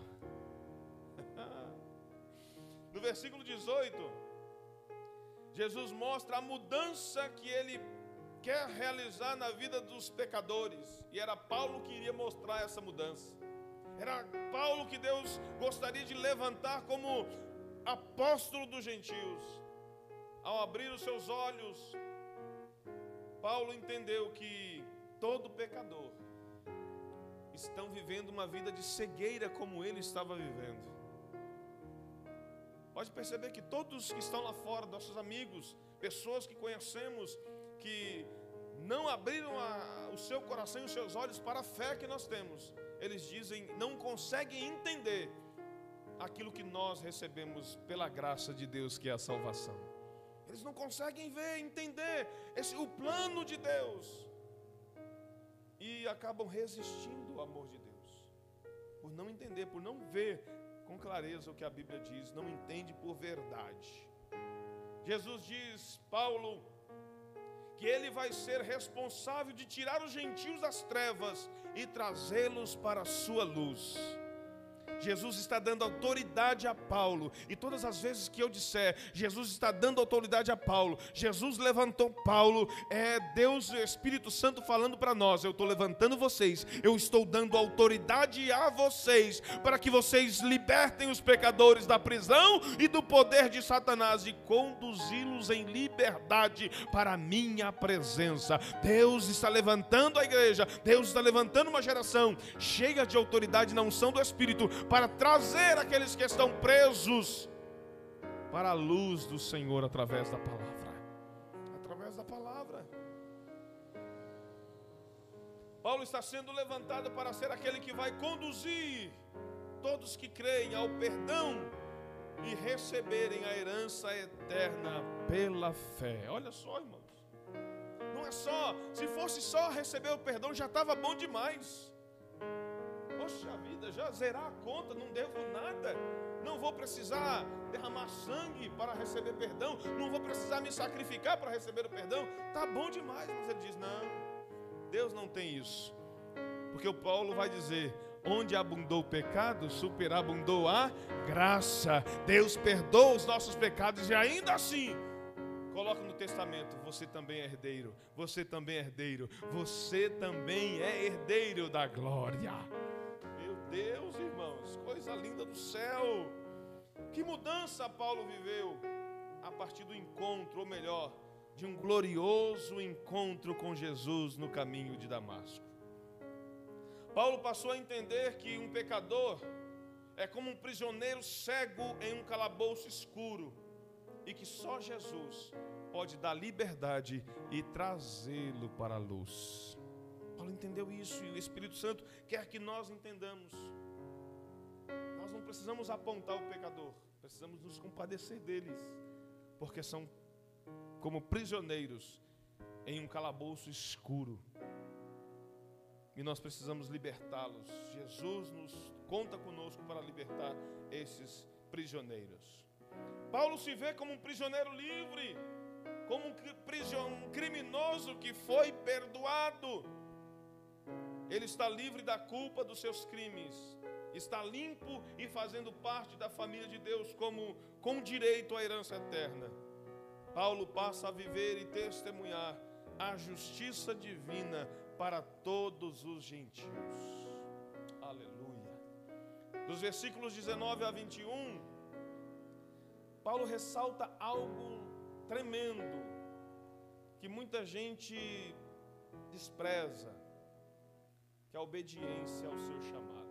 No versículo dezoito, Jesus mostra a mudança que ele quer realizar na vida dos pecadores. E era Paulo que iria mostrar essa mudança. Era Paulo que Deus gostaria de levantar como apóstolo dos gentios. Ao abrir os seus olhos, Paulo entendeu que todo pecador estão vivendo uma vida de cegueira como ele estava vivendo. Pode perceber que todos que estão lá fora, nossos amigos, pessoas que conhecemos, que não abriram a, o seu coração e os seus olhos para a fé que nós temos, eles dizem, não conseguem entender aquilo que nós recebemos pela graça de Deus, que é a salvação. Eles não conseguem ver, entender esse, o plano de Deus, e acabam resistindo ao amor de Deus, por não entender, por não ver com clareza o que a Bíblia diz, não entende por verdade. Jesus diz, Paulo, que ele vai ser responsável de tirar os gentios das trevas e trazê-los para a sua luz. Jesus está dando autoridade a Paulo, e todas as vezes que eu disser, Jesus está dando autoridade a Paulo, Jesus levantou Paulo, é Deus, o Espírito Santo falando para nós, eu estou levantando vocês, eu estou dando autoridade a vocês, para que vocês libertem os pecadores da prisão e do poder de Satanás, e conduzi-los em liberdade para a minha presença. Deus está levantando a igreja, Deus está levantando uma geração cheia de autoridade na unção do Espírito, para trazer aqueles que estão presos para a luz do Senhor através da palavra. Através da palavra. Paulo está sendo levantado para ser aquele que vai conduzir todos que creem ao perdão e receberem a herança eterna pela fé. Olha só, irmãos. Não é só, se fosse só receber o perdão já estava bom demais. Poxa vida, já zerar a conta, não devo nada, não vou precisar derramar sangue para receber perdão, não vou precisar me sacrificar para receber o perdão, está bom demais. Mas ele diz, não, Deus não tem isso, porque o Paulo vai dizer, onde abundou o pecado, superabundou a graça. Deus perdoa os nossos pecados e ainda assim coloca no testamento, você também é herdeiro, você também é herdeiro, você também é herdeiro da glória. Deus, irmãos, coisa linda do céu. Que mudança Paulo viveu a partir do encontro, ou melhor, de um glorioso encontro com Jesus no caminho de Damasco. Paulo passou a entender que um pecador é como um prisioneiro cego em um calabouço escuro, e que só Jesus pode dar liberdade e trazê-lo para a luz. Paulo entendeu isso, e o Espírito Santo quer que nós entendamos. Nós não precisamos apontar o pecador, precisamos nos compadecer deles, porque são como prisioneiros em um calabouço escuro, e nós precisamos libertá-los. Jesus nos conta conosco para libertar esses prisioneiros. Paulo se vê como um prisioneiro livre, como um criminoso que foi perdoado. Ele está livre da culpa dos seus crimes, está limpo e fazendo parte da família de Deus, como com direito à herança eterna. Paulo passa a viver e testemunhar a justiça divina para todos os gentios. Aleluia. Dos versículos dezenove a vinte e um, Paulo ressalta algo tremendo que muita gente despreza, que é a obediência ao seu chamado.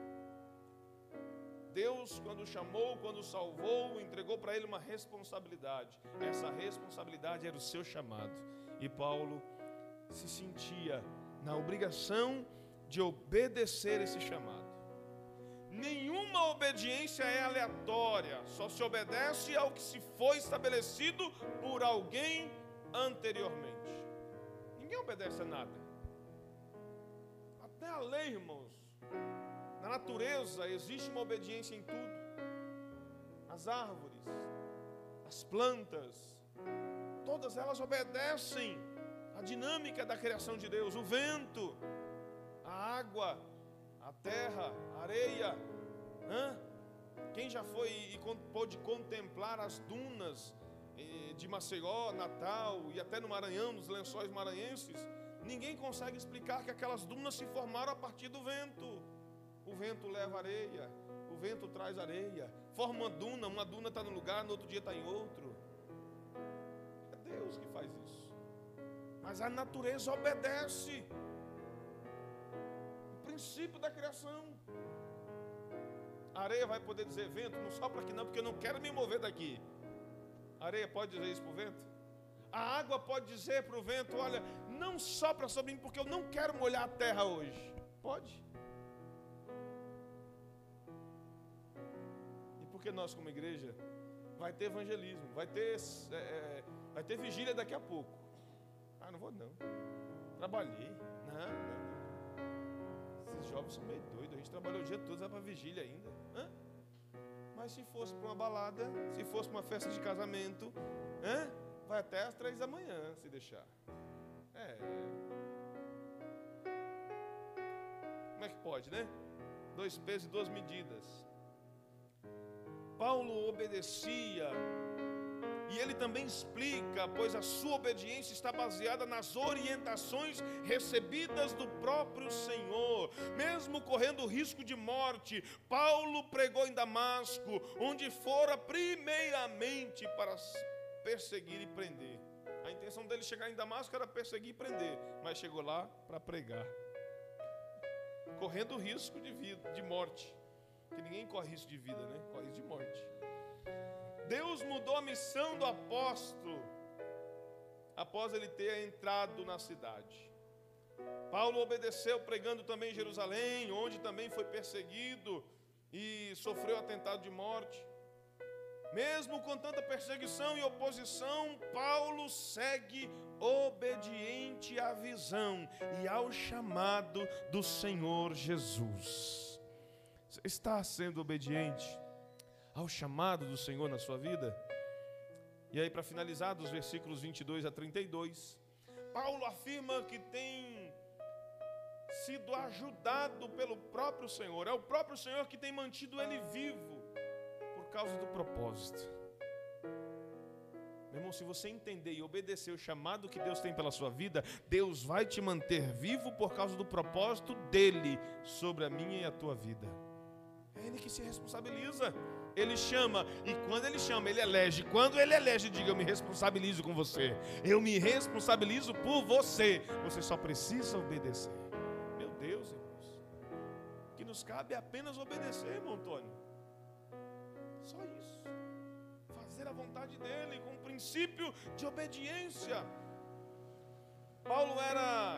Deus, quando chamou, quando salvou, entregou para ele uma responsabilidade. Essa responsabilidade era o seu chamado. E Paulo se sentia na obrigação de obedecer esse chamado. Nenhuma obediência é aleatória, só se obedece ao que se foi estabelecido por alguém anteriormente. Ninguém obedece a nada. Até a lei, irmãos. Na natureza existe uma obediência em tudo. As árvores, as plantas, todas elas obedecem à dinâmica da criação de Deus. O vento, a água, a terra, a areia. Hã? Quem já foi e pôde contemplar as dunas de Maceió, Natal e até no Maranhão, nos lençóis maranhenses, ninguém consegue explicar que aquelas dunas se formaram a partir do vento. O vento leva areia, o vento traz areia, forma uma duna, uma duna está num lugar, no outro dia está em outro. É Deus que faz isso. Mas a natureza obedece o princípio da criação. A areia vai poder dizer: vento, não sopra aqui não, porque eu não quero me mover daqui. A areia pode dizer isso para o vento? A água pode dizer para o vento: olha, não sopra sobre mim, porque eu não quero molhar a terra hoje. Pode. E porque nós, como igreja, vai ter evangelismo, vai ter, é, é, vai ter vigília daqui a pouco. Ah, não vou não. Trabalhei. Não, não, não. Esses jovens são meio doidos. A gente trabalhou o dia todo, vai para vigília ainda. Hã? Mas se fosse para uma balada, se fosse para uma festa de casamento, hã? Vai até às três da manhã, se deixar. É. Como é que pode, né? Dois pesos e duas medidas. Paulo obedecia, e ele também explica, pois a sua obediência está baseada nas orientações recebidas do próprio Senhor. Mesmo correndo o risco de morte, Paulo pregou em Damasco, onde fora primeiramente para perseguir e prender. A intenção dele chegar em Damasco era perseguir e prender, mas chegou lá para pregar, correndo o risco de vida, de morte. Que ninguém corre risco de vida, né? Corre risco de morte. Deus mudou a missão do apóstolo após ele ter entrado na cidade. Paulo obedeceu pregando também em Jerusalém, onde também foi perseguido e sofreu atentado de morte. Mesmo com tanta perseguição e oposição, Paulo segue obediente à visão e ao chamado do Senhor Jesus. Você está sendo obediente ao chamado do Senhor na sua vida? E aí, para finalizar, dos versículos vinte e dois a trinta e dois, Paulo afirma que tem sido ajudado pelo próprio Senhor. É o próprio Senhor que tem mantido ele vivo por causa do propósito. Meu irmão, se você entender e obedecer o chamado que Deus tem pela sua vida, Deus vai te manter vivo por causa do propósito dele sobre a minha e a tua vida. É Ele que se responsabiliza. Ele chama, e quando Ele chama, Ele elege. Quando Ele elege, diga: eu me responsabilizo com você. Eu me responsabilizo por você. Você só precisa obedecer. Meu Deus, irmãos, que nos cabe é apenas obedecer, irmão Antônio. Só isso. Fazer a vontade dEle, com o princípio de obediência. Paulo era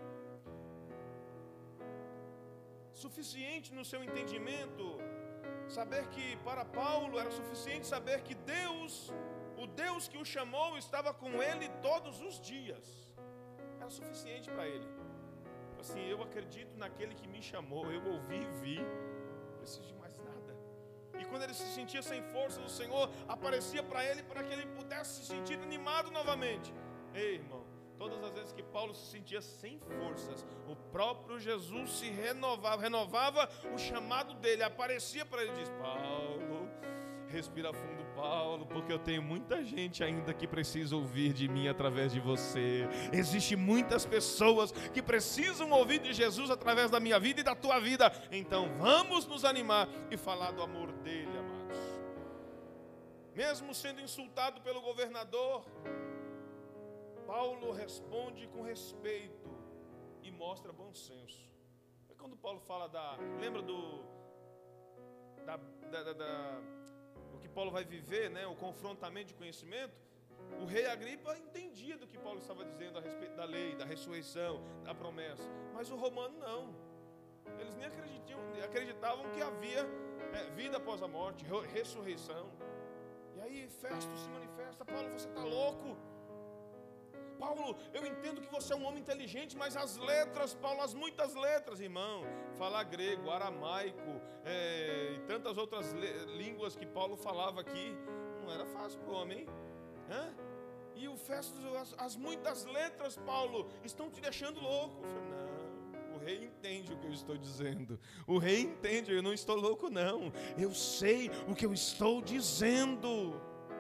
suficiente no seu entendimento, saber que para Paulo era suficiente saber que Deus, o Deus que o chamou, estava com ele todos os dias. Era suficiente para ele. Assim, eu acredito naquele que me chamou, eu ouvi e vi, não preciso de mais nada. E quando ele se sentia sem força, o Senhor aparecia para ele, para que ele pudesse se sentir animado novamente. Ei, irmão, todas as vezes que Paulo se sentia sem forças, o próprio Jesus se renovava, renovava o chamado dele, aparecia para ele e diz: Paulo, respira fundo, Paulo, porque eu tenho muita gente ainda que precisa ouvir de mim através de você. Existem muitas pessoas que precisam ouvir de Jesus através da minha vida e da tua vida. Então vamos nos animar e falar do amor dele, amados. Mesmo sendo insultado pelo governador, Paulo responde com respeito e mostra bom senso. É quando Paulo fala da... Lembra do... Da, da, da, da, o que Paulo vai viver, né? O confrontamento de conhecimento. O rei Agripa entendia do que Paulo estava dizendo a respeito da lei, da ressurreição, da promessa. Mas o romano não. Eles nem acreditavam, acreditavam que havia é, vida após a morte, ressurreição. E aí Festo se manifesta: Paulo, você está louco? Paulo, eu entendo que você é um homem inteligente, mas as letras, Paulo, as muitas letras, irmão, falar grego, aramaico, é, e tantas outras línguas que Paulo falava aqui, não era fácil para o homem, hein? E o Festo, as, as muitas letras, Paulo, estão te deixando louco. Eu falei: não, o rei entende o que eu estou dizendo, o rei entende, eu não estou louco não, eu sei o que eu estou dizendo.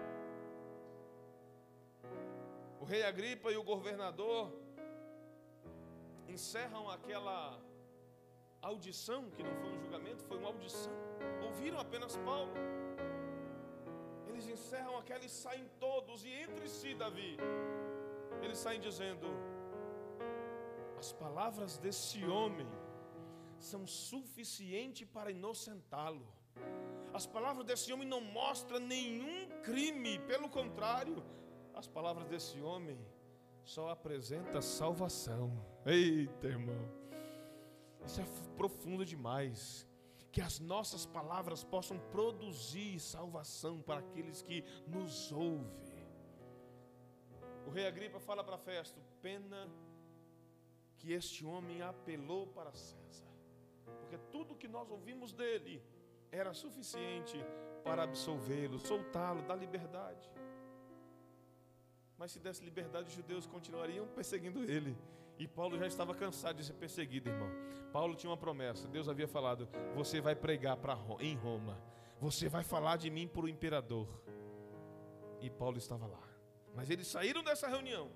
O rei Agripa e o governador encerram aquela audição, que não foi um julgamento, foi uma audição. Ouviram apenas Paulo. Eles encerram aquela e saem todos, e entre si, Davi, eles saem dizendo: as palavras desse homem são suficientes para inocentá-lo. As palavras desse homem não mostram nenhum crime, pelo contrário, as palavras desse homem só apresentam salvação. Eita, irmão, isso é profundo demais. Que as nossas palavras possam produzir salvação para aqueles que nos ouvem. O rei Agripa fala para Festo: pena que este homem apelou para César, porque tudo que nós ouvimos dele era suficiente para absolvê-lo, soltá-lo, dar liberdade. Mas se desse liberdade, os judeus continuariam perseguindo ele. E Paulo já estava cansado de ser perseguido, irmão. Paulo tinha uma promessa. Deus havia falado: você vai pregar para em Roma, você vai falar de mim para o imperador. E Paulo estava lá. Mas eles saíram dessa reunião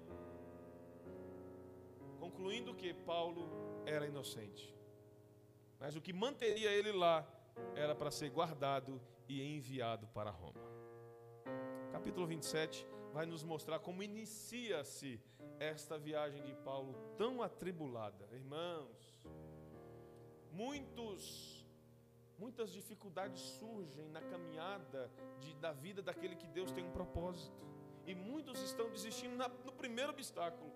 concluindo que Paulo era inocente. Mas o que manteria ele lá era para ser guardado e enviado para Roma. Capítulo vinte e sete vai nos mostrar como inicia-se esta viagem de Paulo tão atribulada. Irmãos, muitos, muitas dificuldades surgem na caminhada de, da vida daquele que Deus tem um propósito. E muitos estão desistindo na, no primeiro obstáculo.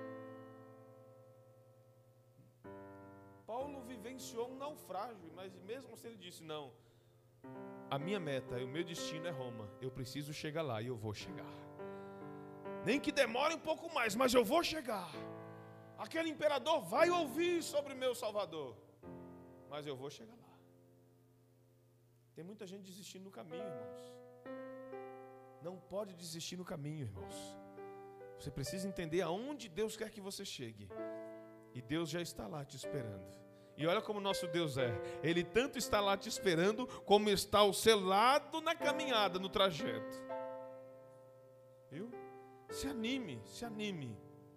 Paulo vivenciou um naufrágio, mas mesmo assim ele disse: não, a minha meta, o meu destino é Roma, eu preciso chegar lá e eu vou chegar. Nem que demore um pouco mais, mas eu vou chegar. Aquele imperador vai ouvir sobre meu Salvador, mas eu vou chegar lá. Tem muita gente desistindo no caminho, irmãos. Não pode desistir no caminho, irmãos. Você precisa entender aonde Deus quer que você chegue. E Deus já está lá te esperando. E olha como nosso Deus é. Ele tanto está lá te esperando, como está ao seu lado na caminhada, no trajeto. Viu? Se anime, se anime.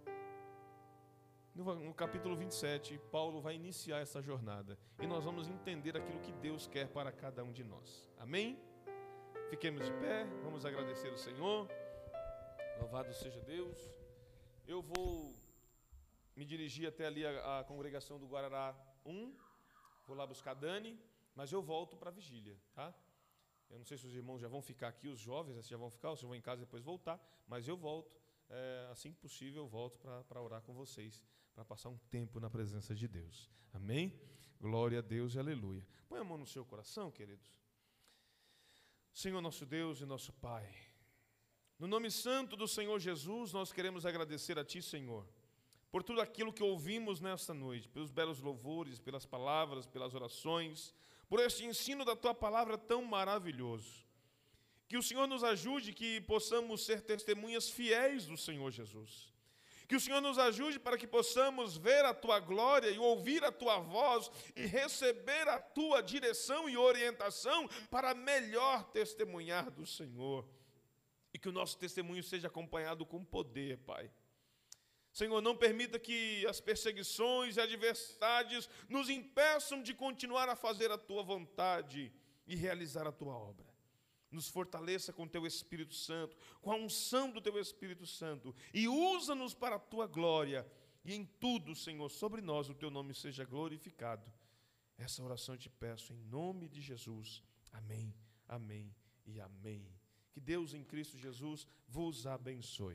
No, no capítulo vinte e sete, Paulo vai iniciar essa jornada. E nós vamos entender aquilo que Deus quer para cada um de nós. Amém? Fiquemos de pé, vamos agradecer ao Senhor. Louvado seja Deus. Eu vou me dirigir até ali a, a congregação do Guarará um. Vou lá buscar a Dani, mas eu volto para a vigília, tá? Eu não sei se os irmãos já vão ficar aqui, os jovens já vão ficar, ou se eu vou em casa e depois voltar, mas eu volto, é, assim que possível eu volto para orar com vocês, para passar um tempo na presença de Deus. Amém? Glória a Deus e aleluia. Põe a mão no seu coração, queridos. Senhor nosso Deus e nosso Pai, no nome santo do Senhor Jesus, nós queremos agradecer a Ti, Senhor, por tudo aquilo que ouvimos nesta noite, pelos belos louvores, pelas palavras, pelas orações, por este ensino da Tua palavra tão maravilhoso. Que o Senhor nos ajude, que possamos ser testemunhas fiéis do Senhor Jesus. Que o Senhor nos ajude para que possamos ver a Tua glória e ouvir a Tua voz e receber a Tua direção e orientação para melhor testemunhar do Senhor. E que o nosso testemunho seja acompanhado com poder, Pai. Senhor, não permita que as perseguições e adversidades nos impeçam de continuar a fazer a Tua vontade e realizar a Tua obra. Nos fortaleça com Teu Espírito Santo, com a unção do Teu Espírito Santo, e usa-nos para a Tua glória, e em tudo, Senhor, sobre nós o Teu nome seja glorificado. Essa oração eu te peço em nome de Jesus. Amém, amém e amém. Que Deus em Cristo Jesus vos abençoe.